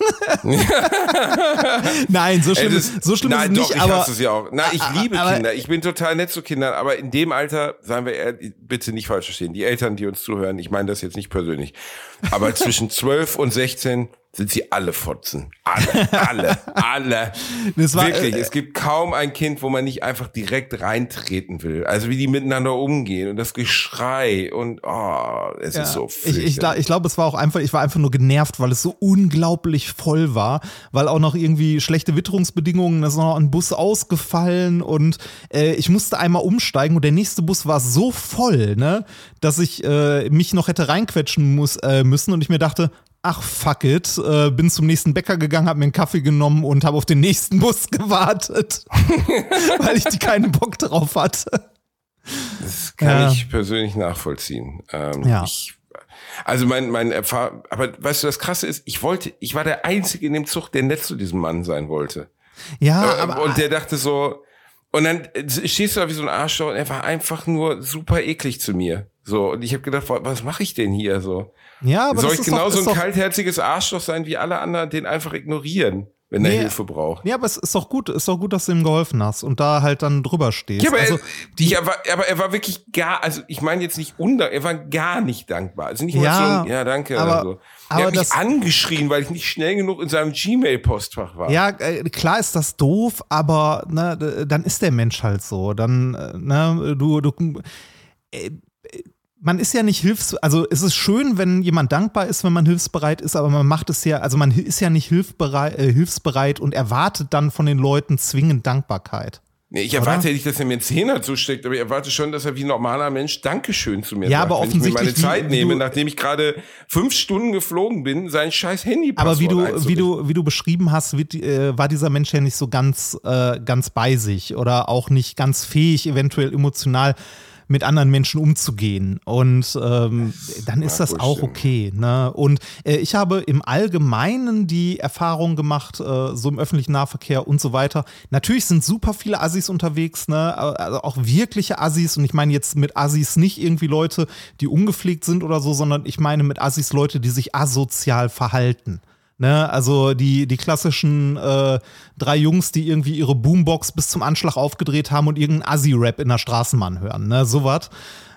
Nein, so schlimm ist es nicht. Ich hasse es ja auch. Na, ich liebe Kinder. Ich bin total nett zu Kindern. Aber in dem Alter, sagen wir bitte nicht falsch verstehen. Die Eltern, die uns zuhören, ich meine das jetzt nicht persönlich. Aber zwischen 12 und 16 sind sie alle Fotzen. Alle. Wirklich, es gibt kaum ein Kind, wo man nicht einfach direkt reintreten will. Also wie die miteinander umgehen und das Geschrei und es ist so ich glaube, ich war einfach nur genervt, weil es so unglaublich voll war, weil auch noch irgendwie schlechte Witterungsbedingungen, da ist noch ein Bus ausgefallen und ich musste einmal umsteigen und der nächste Bus war so voll, ne, dass ich mich noch hätte reinquetschen müssen und ich mir dachte, ach fuck it, bin zum nächsten Bäcker gegangen, hab mir einen Kaffee genommen und habe auf den nächsten Bus gewartet, weil ich keinen Bock drauf hatte. Das kann ich persönlich nachvollziehen. Also mein Erfahrung, aber weißt du, das Krasse ist, ich war der Einzige in dem Zug, der nett zu diesem Mann sein wollte. Ja, aber und der dachte so, und dann stehst du da wie so ein Arschloch und er war einfach nur super eklig zu mir. So, und ich habe gedacht, was mache ich denn hier so? Ja, aber soll ich genauso ein kaltherziges Arschloch sein wie alle anderen, den einfach ignorieren? wenn er Hilfe braucht. Ja, aber es ist doch gut, dass du ihm geholfen hast und da halt dann drüber stehst. Ja, aber, also, er war wirklich also ich meine jetzt nicht er war gar nicht dankbar. Also nicht mal so, ja, danke. Aber, oder so. Er hat mich angeschrien, weil ich nicht schnell genug in seinem Gmail-Postfach war. Ja, klar ist das doof, aber ne, dann ist der Mensch halt so. Dann, man ist ja nicht also es ist schön, wenn jemand dankbar ist, wenn man hilfsbereit ist, aber man macht es ja, also man ist ja nicht hilfsbereit und erwartet dann von den Leuten zwingend Dankbarkeit. Nee, ich erwarte ja nicht, dass er mir einen Zehner zusteckt, aber ich erwarte schon, dass er wie ein normaler Mensch Dankeschön zu mir sagt. Aber offensichtlich, wenn ich mir meine Zeit nehme, nachdem ich gerade 5 Stunden geflogen bin, sein scheiß Handy-Passwort Aber wie du beschrieben hast, war dieser Mensch ja nicht so ganz bei sich oder auch nicht ganz fähig, eventuell emotional mit anderen Menschen umzugehen. Und dann ist das auch okay. Ne? Und ich habe im Allgemeinen die Erfahrung gemacht, so im öffentlichen Nahverkehr und so weiter. Natürlich sind super viele Assis unterwegs, ne? Also auch wirkliche Assis. Und ich meine jetzt mit Assis nicht irgendwie Leute, die ungepflegt sind oder so, sondern ich meine mit Assis Leute, die sich asozial verhalten. Ne, also die klassischen 3 Jungs, die irgendwie ihre Boombox bis zum Anschlag aufgedreht haben und irgendeinen Assi-Rap in der Straßenbahn hören, ne, sowas.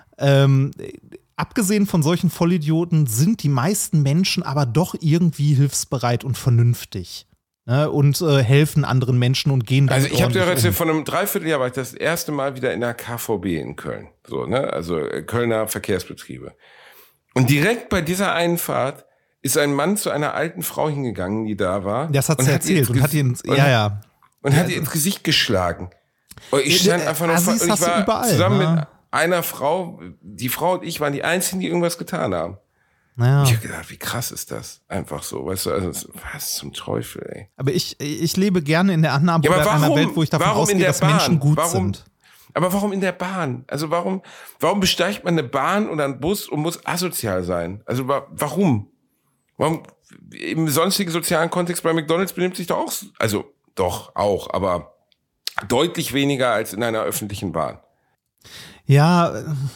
Abgesehen von solchen Vollidioten sind die meisten Menschen aber doch irgendwie hilfsbereit und vernünftig. Ne, und helfen anderen Menschen und gehen damit. Also ich habe dir jetzt von einem Dreivierteljahr war ich das erste Mal wieder in der KVB in Köln. So, ne? Also Kölner Verkehrsbetriebe. Und direkt bei dieser einen Fahrt ist ein Mann zu einer alten Frau hingegangen, die da war. Das hat sie erzählt und hat ihn hat ihr ins Gesicht geschlagen. Und ich stand einfach noch und ich war überall, zusammen mit einer Frau, die Frau und ich waren die einzigen, die irgendwas getan haben. Ja. Ich habe gedacht, wie krass ist das? Einfach so, weißt du, also was zum Teufel, ey. Aber ich lebe gerne in der Annahme einer Welt, wo ich davon ausgehe, dass Menschen gut sind. Aber warum in der Bahn? Also warum besteigt man eine Bahn oder einen Bus und muss asozial sein? Also warum? Warum im sonstigen sozialen Kontext bei McDonald's benimmt sich doch auch, also doch auch, aber deutlich weniger als in einer öffentlichen Bahn. Ja,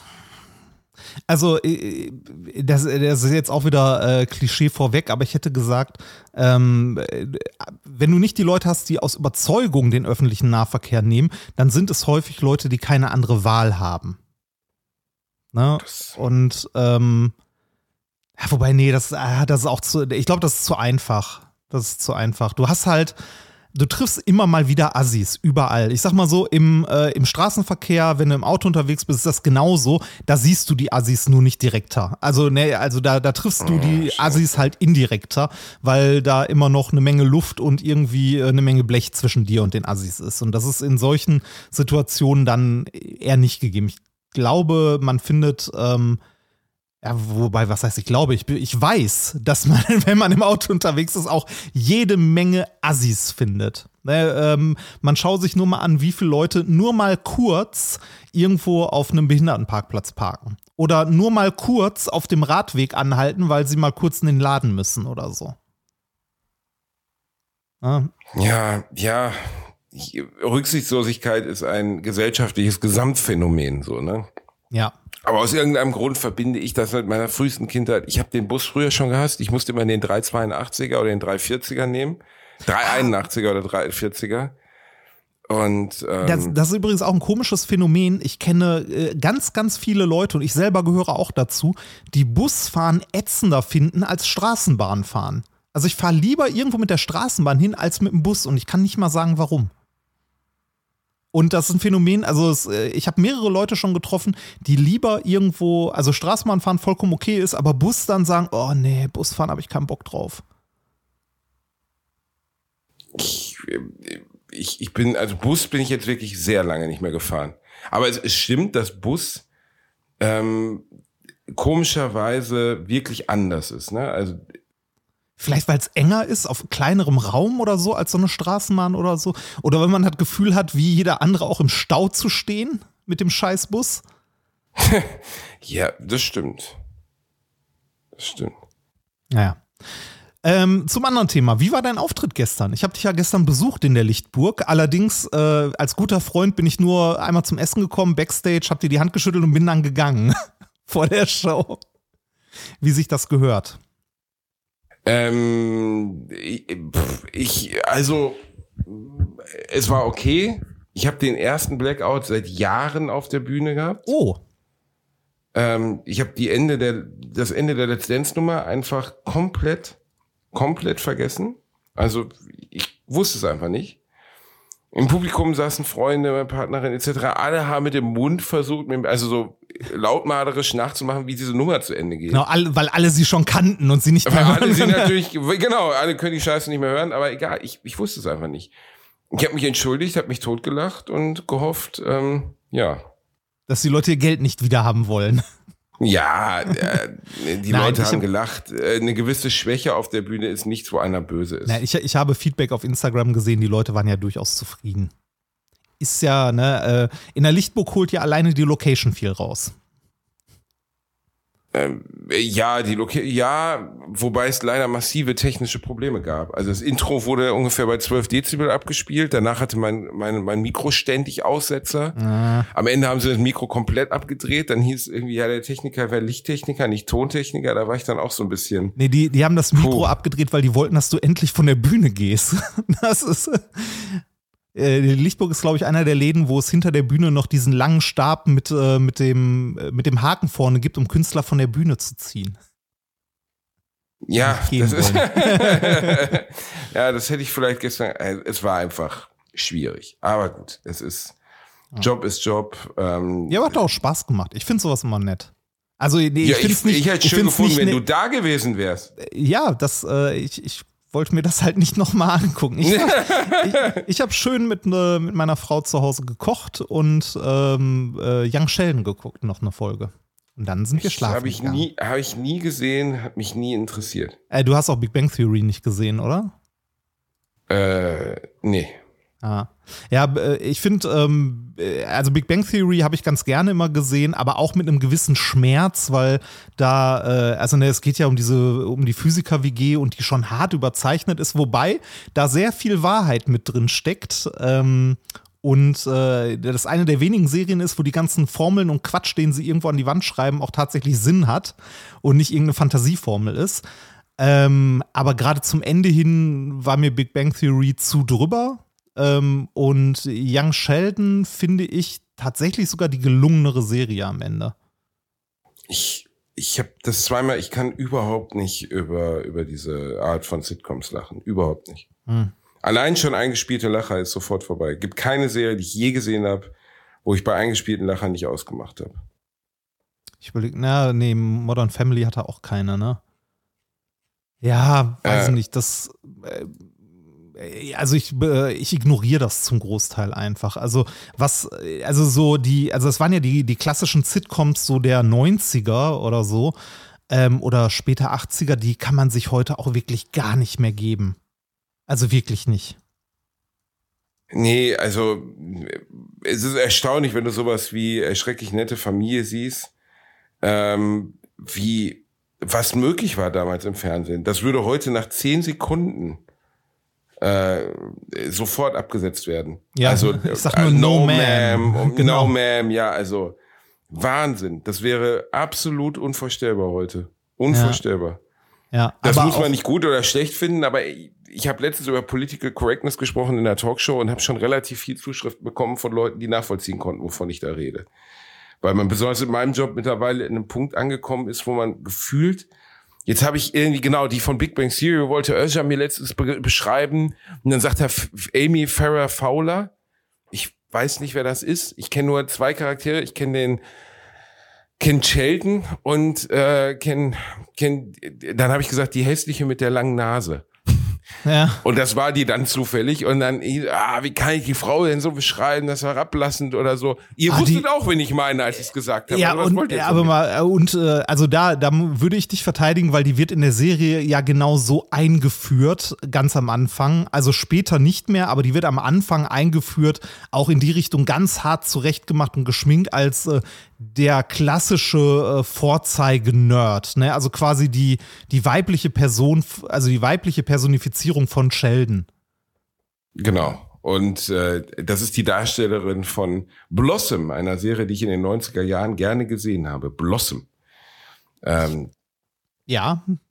also das ist jetzt auch wieder Klischee vorweg, aber ich hätte gesagt, wenn du nicht die Leute hast, die aus Überzeugung den öffentlichen Nahverkehr nehmen, dann sind es häufig Leute, die keine andere Wahl haben. Ne? Und ja, wobei, nee, das ist auch ich glaube, das ist zu einfach. Das ist zu einfach. Du triffst immer mal wieder Assis, überall. Ich sag mal so, im Straßenverkehr, wenn du im Auto unterwegs bist, ist das genauso. Da siehst du die Assis nur nicht direkter. Also da triffst du die Assis halt indirekter, weil da immer noch eine Menge Luft und irgendwie eine Menge Blech zwischen dir und den Assis ist. Und das ist in solchen Situationen dann eher nicht gegeben. Ich glaube, man findet ja, wobei, was heißt, ich glaube, ich weiß, dass man, wenn man im Auto unterwegs ist, auch jede Menge Assis findet. Man schaut sich nur mal an, wie viele Leute nur mal kurz irgendwo auf einem Behindertenparkplatz parken. Oder nur mal kurz auf dem Radweg anhalten, weil sie mal kurz in den Laden müssen oder so. Ja. Rücksichtslosigkeit ist ein gesellschaftliches Gesamtphänomen, so, ne? Ja. Aber aus irgendeinem Grund verbinde ich das mit meiner frühesten Kindheit. Ich habe den Bus früher schon gehasst. Ich musste immer den 382er oder den 340er nehmen. 381er oder 340er. Und das ist übrigens auch ein komisches Phänomen. Ich kenne ganz, ganz viele Leute, und ich selber gehöre auch dazu, die Busfahren ätzender finden als Straßenbahnfahren. Also ich fahre lieber irgendwo mit der Straßenbahn hin als mit dem Bus, und ich kann nicht mal sagen, warum. Und das ist ein Phänomen, also ich habe mehrere Leute schon getroffen, die lieber irgendwo, also Straßenbahnfahren vollkommen okay ist, aber Bus dann sagen, oh nee, Busfahren habe ich keinen Bock drauf. Bus bin ich jetzt wirklich sehr lange nicht mehr gefahren. Aber es stimmt, dass Bus komischerweise wirklich anders ist, ne? Also vielleicht, weil es enger ist, auf kleinerem Raum oder so, als so eine Straßenbahn oder so. Oder wenn man das Gefühl hat, wie jeder andere auch im Stau zu stehen mit dem Scheißbus. Ja, das stimmt. Naja. Zum anderen Thema. Wie war dein Auftritt gestern? Ich habe dich ja gestern besucht in der Lichtburg. Allerdings, als guter Freund bin ich nur einmal zum Essen gekommen, Backstage, hab dir die Hand geschüttelt und bin dann gegangen. Vor der Show. Wie sich das gehört. Es war okay. Ich habe den ersten Blackout seit Jahren auf der Bühne gehabt. Oh. Ich habe das Ende der Let's Dance Nummer einfach komplett vergessen. Also ich wusste es einfach nicht. Im Publikum saßen Freunde, meine Partnerin etc. Alle haben mit dem Mund versucht, also so lautmalerisch nachzumachen, wie diese Nummer zu Ende geht. Genau, weil alle sie schon kannten und sie nicht mehr hören. Alle können die Scheiße nicht mehr hören, aber egal, ich wusste es einfach nicht. Ich habe mich entschuldigt, habe mich totgelacht und gehofft, dass die Leute ihr Geld nicht wieder haben wollen. Ja, die Leute haben gelacht. Eine gewisse Schwäche auf der Bühne ist nichts, wo einer böse ist. Na, ich habe Feedback auf Instagram gesehen, die Leute waren ja durchaus zufrieden. Ist ja, ne, in der Lichtburg holt ja alleine die Location viel raus. Wobei es leider massive technische Probleme gab. Also das Intro wurde ungefähr bei 12 Dezibel abgespielt. Danach hatte mein Mikro ständig Aussetzer. Am Ende haben sie das Mikro komplett abgedreht. Dann hieß irgendwie, ja, der Techniker wäre Lichttechniker, nicht Tontechniker. Da war ich dann auch so ein bisschen... Nee, die haben das Mikro abgedreht, weil die wollten, dass du endlich von der Bühne gehst. Das ist... Die Lichtburg ist, glaube ich, einer der Läden, wo es hinter der Bühne noch diesen langen Stab mit dem Haken vorne gibt, um Künstler von der Bühne zu ziehen. Ja, das hätte ich vielleicht gestern. Es war einfach schwierig. Aber gut, Job ist Job. Ja, hat auch Spaß gemacht. Ich finde sowas immer nett. Also, nee, ich finde es nicht. Ich hätte es schön gefunden, wenn du da gewesen wärst. Ja, ich wollte mir das halt nicht nochmal angucken. Ich habe schön mit meiner Frau zu Hause gekocht und Young Sheldon geguckt, noch eine Folge. Und dann sind wir schlafen gegangen. Habe ich nie gesehen, hat mich nie interessiert. Du hast auch Big Bang Theory nicht gesehen, oder? Nee. Ja, ich finde, also Big Bang Theory habe ich ganz gerne immer gesehen, aber auch mit einem gewissen Schmerz, weil da, es geht ja um die Physiker-WG und die schon hart überzeichnet ist, wobei da sehr viel Wahrheit mit drin steckt. Und das eine der wenigen Serien ist, wo die ganzen Formeln und Quatsch, den sie irgendwo an die Wand schreiben, auch tatsächlich Sinn hat und nicht irgendeine Fantasieformel ist. Aber gerade zum Ende hin war mir Big Bang Theory zu drüber. Und Young Sheldon finde ich tatsächlich sogar die gelungenere Serie am Ende. Ich habe das zweimal, ich kann überhaupt nicht über diese Art von Sitcoms lachen. Überhaupt nicht. Allein schon eingespielte Lacher ist sofort vorbei. Gibt keine Serie, die ich je gesehen habe, wo ich bei eingespielten Lachern nicht ausgemacht habe. Ich überlege, Modern Family hatte auch keine, ne? Ja, weiß ich nicht, das also ich ignoriere das zum Großteil einfach. Es waren ja die klassischen Sitcoms so der 90er oder so, oder später 80er, die kann man sich heute auch wirklich gar nicht mehr geben. Also wirklich nicht. Nee, also es ist erstaunlich, wenn du sowas wie Schrecklich nette Familie siehst, was möglich war damals im Fernsehen. Das würde heute nach 10 Sekunden sofort abgesetzt werden. Ja, also ich sag nur No Ma'am. Genau. No Ma'am, ja, also Wahnsinn. Das wäre absolut unvorstellbar heute. Unvorstellbar. Ja, das aber muss man nicht gut oder schlecht finden, aber ich habe letztens über Political Correctness gesprochen in der Talkshow und habe schon relativ viel Zuschriften bekommen von Leuten, die nachvollziehen konnten, wovon ich da rede. Weil man besonders in meinem Job mittlerweile in einem Punkt angekommen ist, wo man gefühlt, jetzt habe ich irgendwie, genau, die von Big Bang Theory wollte Özcan mir letztens beschreiben und dann sagt er Amy Farrah Fowler. Ich weiß nicht, wer das ist. Ich kenne nur 2 Charaktere. Ich kenne Sheldon und dann habe ich gesagt, die hässliche mit der langen Nase. Ja. Und das war die dann zufällig und dann, wie kann ich die Frau denn so beschreiben, das herablassend oder so. Ihr wusstet auch, wen ich meine, als ich es gesagt habe. Ja, also da würde ich dich verteidigen, weil die wird in der Serie ja genau so eingeführt, ganz am Anfang. Also später nicht mehr, aber die wird am Anfang eingeführt, auch in die Richtung ganz hart zurechtgemacht und geschminkt als der klassische Vorzeige-Nerd, ne? Also quasi die weibliche Person, also die weibliche Personifizierung von Sheldon. Genau. Und das ist die Darstellerin von Blossom, einer Serie, die ich in den 90er Jahren gerne gesehen habe. Blossom. Ja,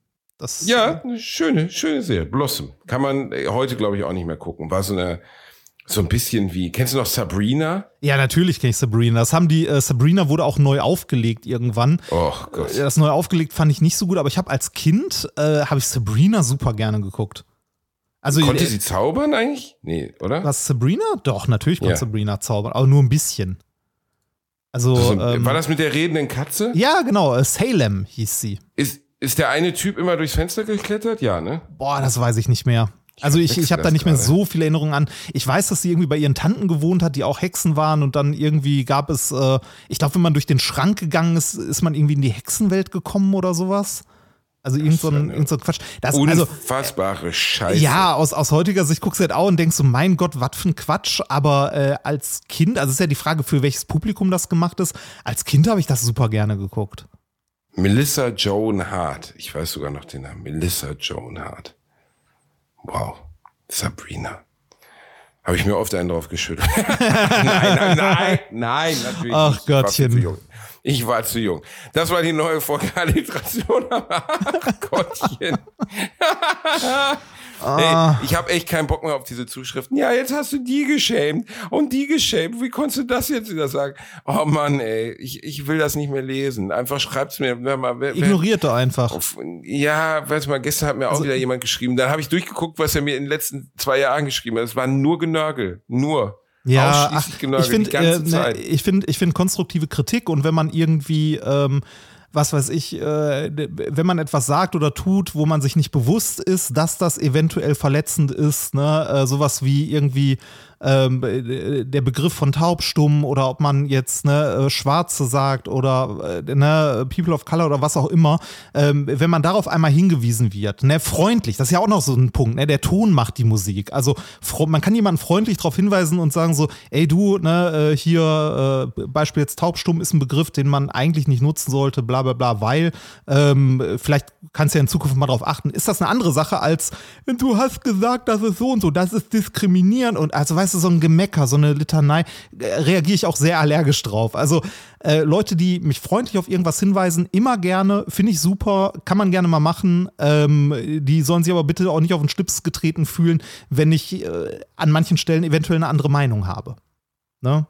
Ja, eine schöne Serie. Blossom. Kann man heute, glaube ich, auch nicht mehr gucken. War so ein bisschen wie, kennst du noch Sabrina? Ja, natürlich kenne ich Sabrina. Sabrina wurde auch neu aufgelegt irgendwann. Oh Gott. Das neu aufgelegt fand ich nicht so gut, aber ich habe als Kind, habe ich Sabrina super gerne geguckt. Also, konnte sie zaubern eigentlich? Nee, oder? Was, Sabrina? Doch, natürlich konnte Sabrina zaubern, aber nur ein bisschen. Also, war das mit der redenden Katze? Ja, genau, Salem hieß sie. Ist der eine Typ immer durchs Fenster geklettert? Ja, ne? Boah, das weiß ich nicht mehr. Also ich habe da nicht mehr so viele Erinnerungen an. Ich weiß, dass sie irgendwie bei ihren Tanten gewohnt hat, die auch Hexen waren und dann irgendwie gab es, ich glaube, wenn man durch den Schrank gegangen ist, ist man irgendwie in die Hexenwelt gekommen oder sowas. Also irgend so ein Quatsch. Unfassbare Scheiße. Ja, aus heutiger Sicht guckst du halt auch und denkst so, mein Gott, was für ein Quatsch. Aber als Kind, also ist ja die Frage, für welches Publikum das gemacht ist. Als Kind habe ich das super gerne geguckt. Melissa Joan Hart. Ich weiß sogar noch den Namen. Melissa Joan Hart. Wow. Sabrina. Habe ich mir oft einen drauf geschüttelt. Nein, natürlich Ach nicht. Gottchen. Ich war zu jung. Das war die neue Folge Alliteration. Ach Gottchen. Ey, ich habe echt keinen Bock mehr auf diese Zuschriften. Ja, jetzt hast du die geschämt und die geschämt. Wie konntest du das jetzt wieder sagen? Oh Mann, ey, ich will das nicht mehr lesen. Einfach schreib's mir. Ignoriert doch einfach. Ja, weißt du mal, gestern hat mir auch wieder jemand geschrieben. Dann habe ich durchgeguckt, was er mir in den letzten 2 Jahren geschrieben hat. Es war nur Genörgel. Nur. Ja, ich finde konstruktive Kritik und wenn man irgendwie, was weiß ich, wenn man etwas sagt oder tut, wo man sich nicht bewusst ist, dass das eventuell verletzend ist, ne, sowas wie irgendwie der Begriff von taubstumm oder ob man jetzt Schwarze sagt oder People of Color oder was auch immer, wenn man darauf einmal hingewiesen wird, freundlich, das ist ja auch noch so ein Punkt, der Ton macht die Musik, also man kann jemanden freundlich darauf hinweisen und sagen so, ey du, hier Beispiel jetzt taubstumm ist ein Begriff, den man eigentlich nicht nutzen sollte, bla bla bla, weil vielleicht kannst du ja in Zukunft mal drauf achten, ist das eine andere Sache als, du hast gesagt, das ist so und so, das ist diskriminierend und also weißt du, so ein Gemecker, so eine Litanei, reagiere ich auch sehr allergisch drauf. Also Leute, die mich freundlich auf irgendwas hinweisen, immer gerne, finde ich super, kann man gerne mal machen. Die sollen sich aber bitte auch nicht auf den Schlips getreten fühlen, wenn ich an manchen Stellen eventuell eine andere Meinung habe. Ne?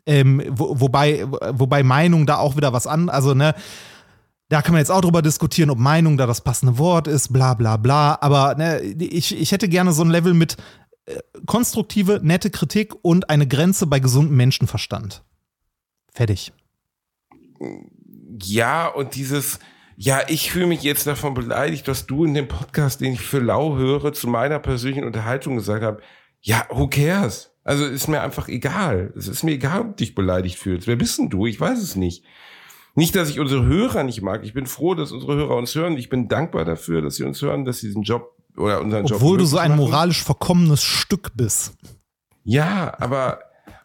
Wobei Meinung da auch wieder was an, also da kann man jetzt auch drüber diskutieren, ob Meinung da das passende Wort ist, bla bla bla, aber ich hätte gerne so ein Level mit konstruktive, nette Kritik und eine Grenze bei gesundem Menschenverstand. Fertig. Ja, und ich fühle mich jetzt davon beleidigt, dass du in dem Podcast, den ich für lau höre, zu meiner persönlichen Unterhaltung gesagt hast, ja, who cares? Also ist mir einfach egal. Es ist mir egal, ob du dich beleidigt fühlst. Wer bist denn du? Ich weiß es nicht. Nicht, dass ich unsere Hörer nicht mag. Ich bin froh, dass unsere Hörer uns hören. Ich bin dankbar dafür, dass sie uns hören, dass sie diesen Job oder unseren Job. Obwohl du so ein moralisch verkommenes Stück bist. Ja, aber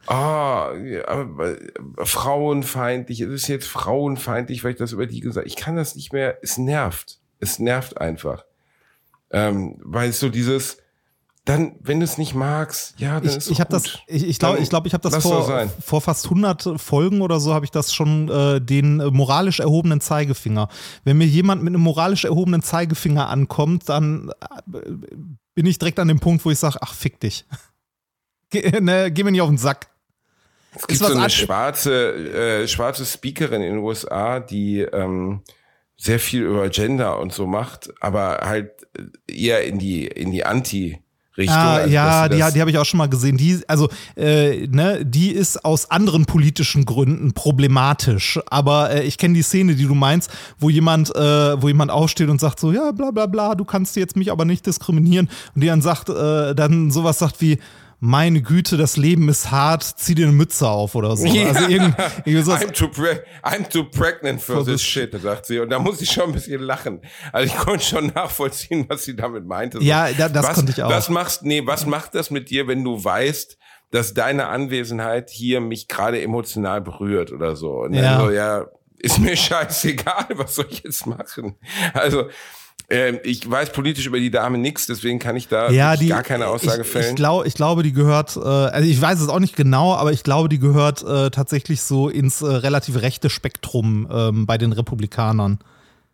frauenfeindlich. Es ist jetzt frauenfeindlich, weil ich das über die gesagt habe. Ich kann das nicht mehr. Es nervt. Es nervt einfach. Weil es so dieses, dann, wenn du es nicht magst, ja, dann ist es gut. Ich glaube, ich habe das vor fast 100 Folgen oder so habe ich das schon den moralisch erhobenen Zeigefinger. Wenn mir jemand mit einem moralisch erhobenen Zeigefinger ankommt, dann bin ich direkt an dem Punkt, wo ich sage, ach, fick dich. Geh mir nicht auf den Sack. Es gibt so eine schwarze Speakerin in den USA, die sehr viel über Gender und so macht, aber halt eher in die Anti-Richtung. Ja, die habe ich auch schon mal gesehen. Die ist aus anderen politischen Gründen problematisch. Aber ich kenne die Szene, die du meinst, wo jemand aufsteht und sagt so, ja, bla bla bla, du kannst jetzt mich aber nicht diskriminieren. Und die dann sowas sagt wie, meine Güte, das Leben ist hart, zieh dir eine Mütze auf oder so. Ja. Also irgendwie so. I'm too pregnant for this shit, sagt sie. Und da muss ich schon ein bisschen lachen. Also ich konnte schon nachvollziehen, was sie damit meinte. So. Ja, das konnte ich auch. Was macht das mit dir, wenn du weißt, dass deine Anwesenheit hier mich gerade emotional berührt oder so? Und dann so, ja, ist mir scheißegal, was soll ich jetzt machen? Also, ich weiß politisch über die Dame nichts, deswegen kann ich da gar keine Aussage fällen. Ich glaube, die gehört, also ich weiß es auch nicht genau, aber ich glaube, die gehört tatsächlich so ins relativ rechte Spektrum bei den Republikanern.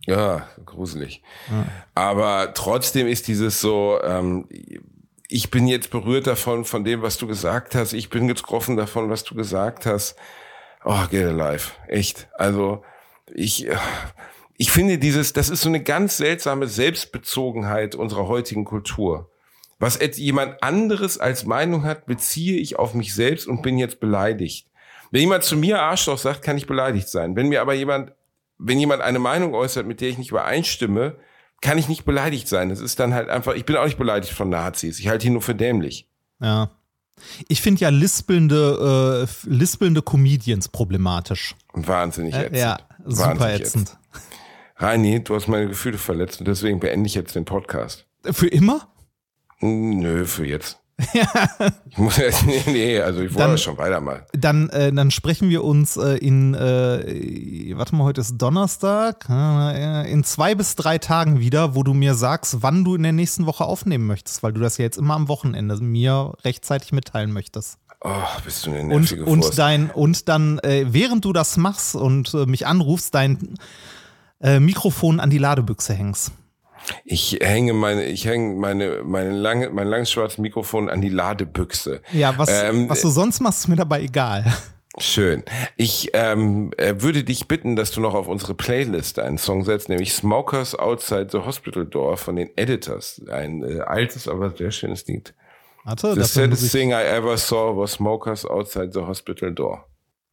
Ja, gruselig. Ja. Aber trotzdem ist dieses so, ich bin jetzt berührt davon, von dem, was du gesagt hast. Ich bin getroffen davon, was du gesagt hast. Oh, get alive. Echt. Also, ich finde das ist so eine ganz seltsame Selbstbezogenheit unserer heutigen Kultur. Was jemand anderes als Meinung hat, beziehe ich auf mich selbst und bin jetzt beleidigt. Wenn jemand zu mir Arschloch sagt, kann ich beleidigt sein. Wenn jemand eine Meinung äußert, mit der ich nicht übereinstimme, kann ich nicht beleidigt sein. Das ist dann halt einfach, ich bin auch nicht beleidigt von Nazis. Ich halte ihn nur für dämlich. Ja. Ich finde ja lispelnde Comedians problematisch. Wahnsinnig ätzend. Ja, super ätzend. Reini, du hast meine Gefühle verletzt und deswegen beende ich jetzt den Podcast. Für immer? Nö, für jetzt. Ich muss jetzt, nee, also ich wollte schon weitermachen. Dann sprechen wir uns warte mal, heute ist Donnerstag, in 2 bis 3 Tagen wieder, wo du mir sagst, wann du in der nächsten Woche aufnehmen möchtest, weil du das ja jetzt immer am Wochenende mir rechtzeitig mitteilen möchtest. Oh, bist du eine nervige Wurst. Und dann, während du das machst und mich anrufst, dein Mikrofon an die Ladebüchse hängst. Ich hänge mein langes schwarzes Mikrofon an die Ladebüchse. Ja, was du sonst machst, ist mir dabei egal. Schön. Ich würde dich bitten, dass du noch auf unsere Playlist einen Song setzt, nämlich Smokers Outside the Hospital Door von den Editors. Ein altes, aber sehr schönes Lied. Warte, The saddest thing I ever saw was Smokers Outside the Hospital Door.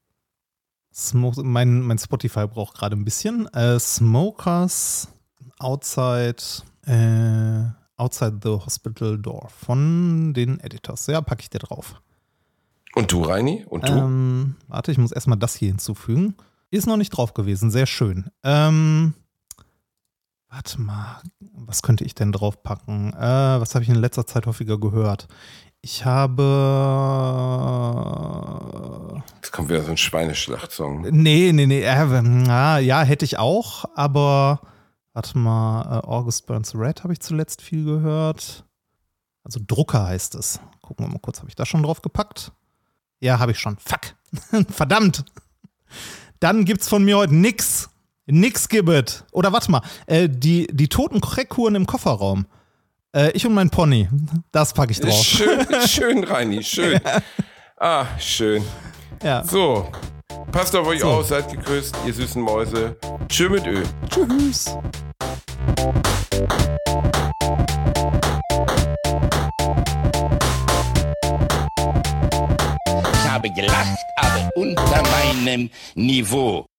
Mein Spotify braucht gerade ein bisschen. Smokers Outside the Hospital Door von den Editors. Ja, packe ich dir drauf. Und du, Reini? Und du? Warte, ich muss erstmal das hier hinzufügen. Ist noch nicht drauf gewesen, sehr schön. Warte mal, was könnte ich denn draufpacken? Was habe ich in letzter Zeit häufiger gehört? Ich habe... Jetzt kommt wieder so ein Schweineschlachtsong. Nee. Ja, hätte ich auch, aber... Warte mal, August Burns Red habe ich zuletzt viel gehört. Also Drucker heißt es. Gucken wir mal kurz, habe ich das schon drauf gepackt? Ja, habe ich schon. Fuck. Verdammt. Dann gibt's von mir heute nix. Nix gibt. Oder warte mal, die toten Kreckuhren im Kofferraum. Ich und mein Pony. Das packe ich drauf. Schön, Reini, schön. Ah, schön. Ja. So, passt auf euch auf, seid geküsst, ihr süßen Mäuse. Tschö mit Ö. Tschüss. Ich habe gelacht, aber unter meinem Niveau.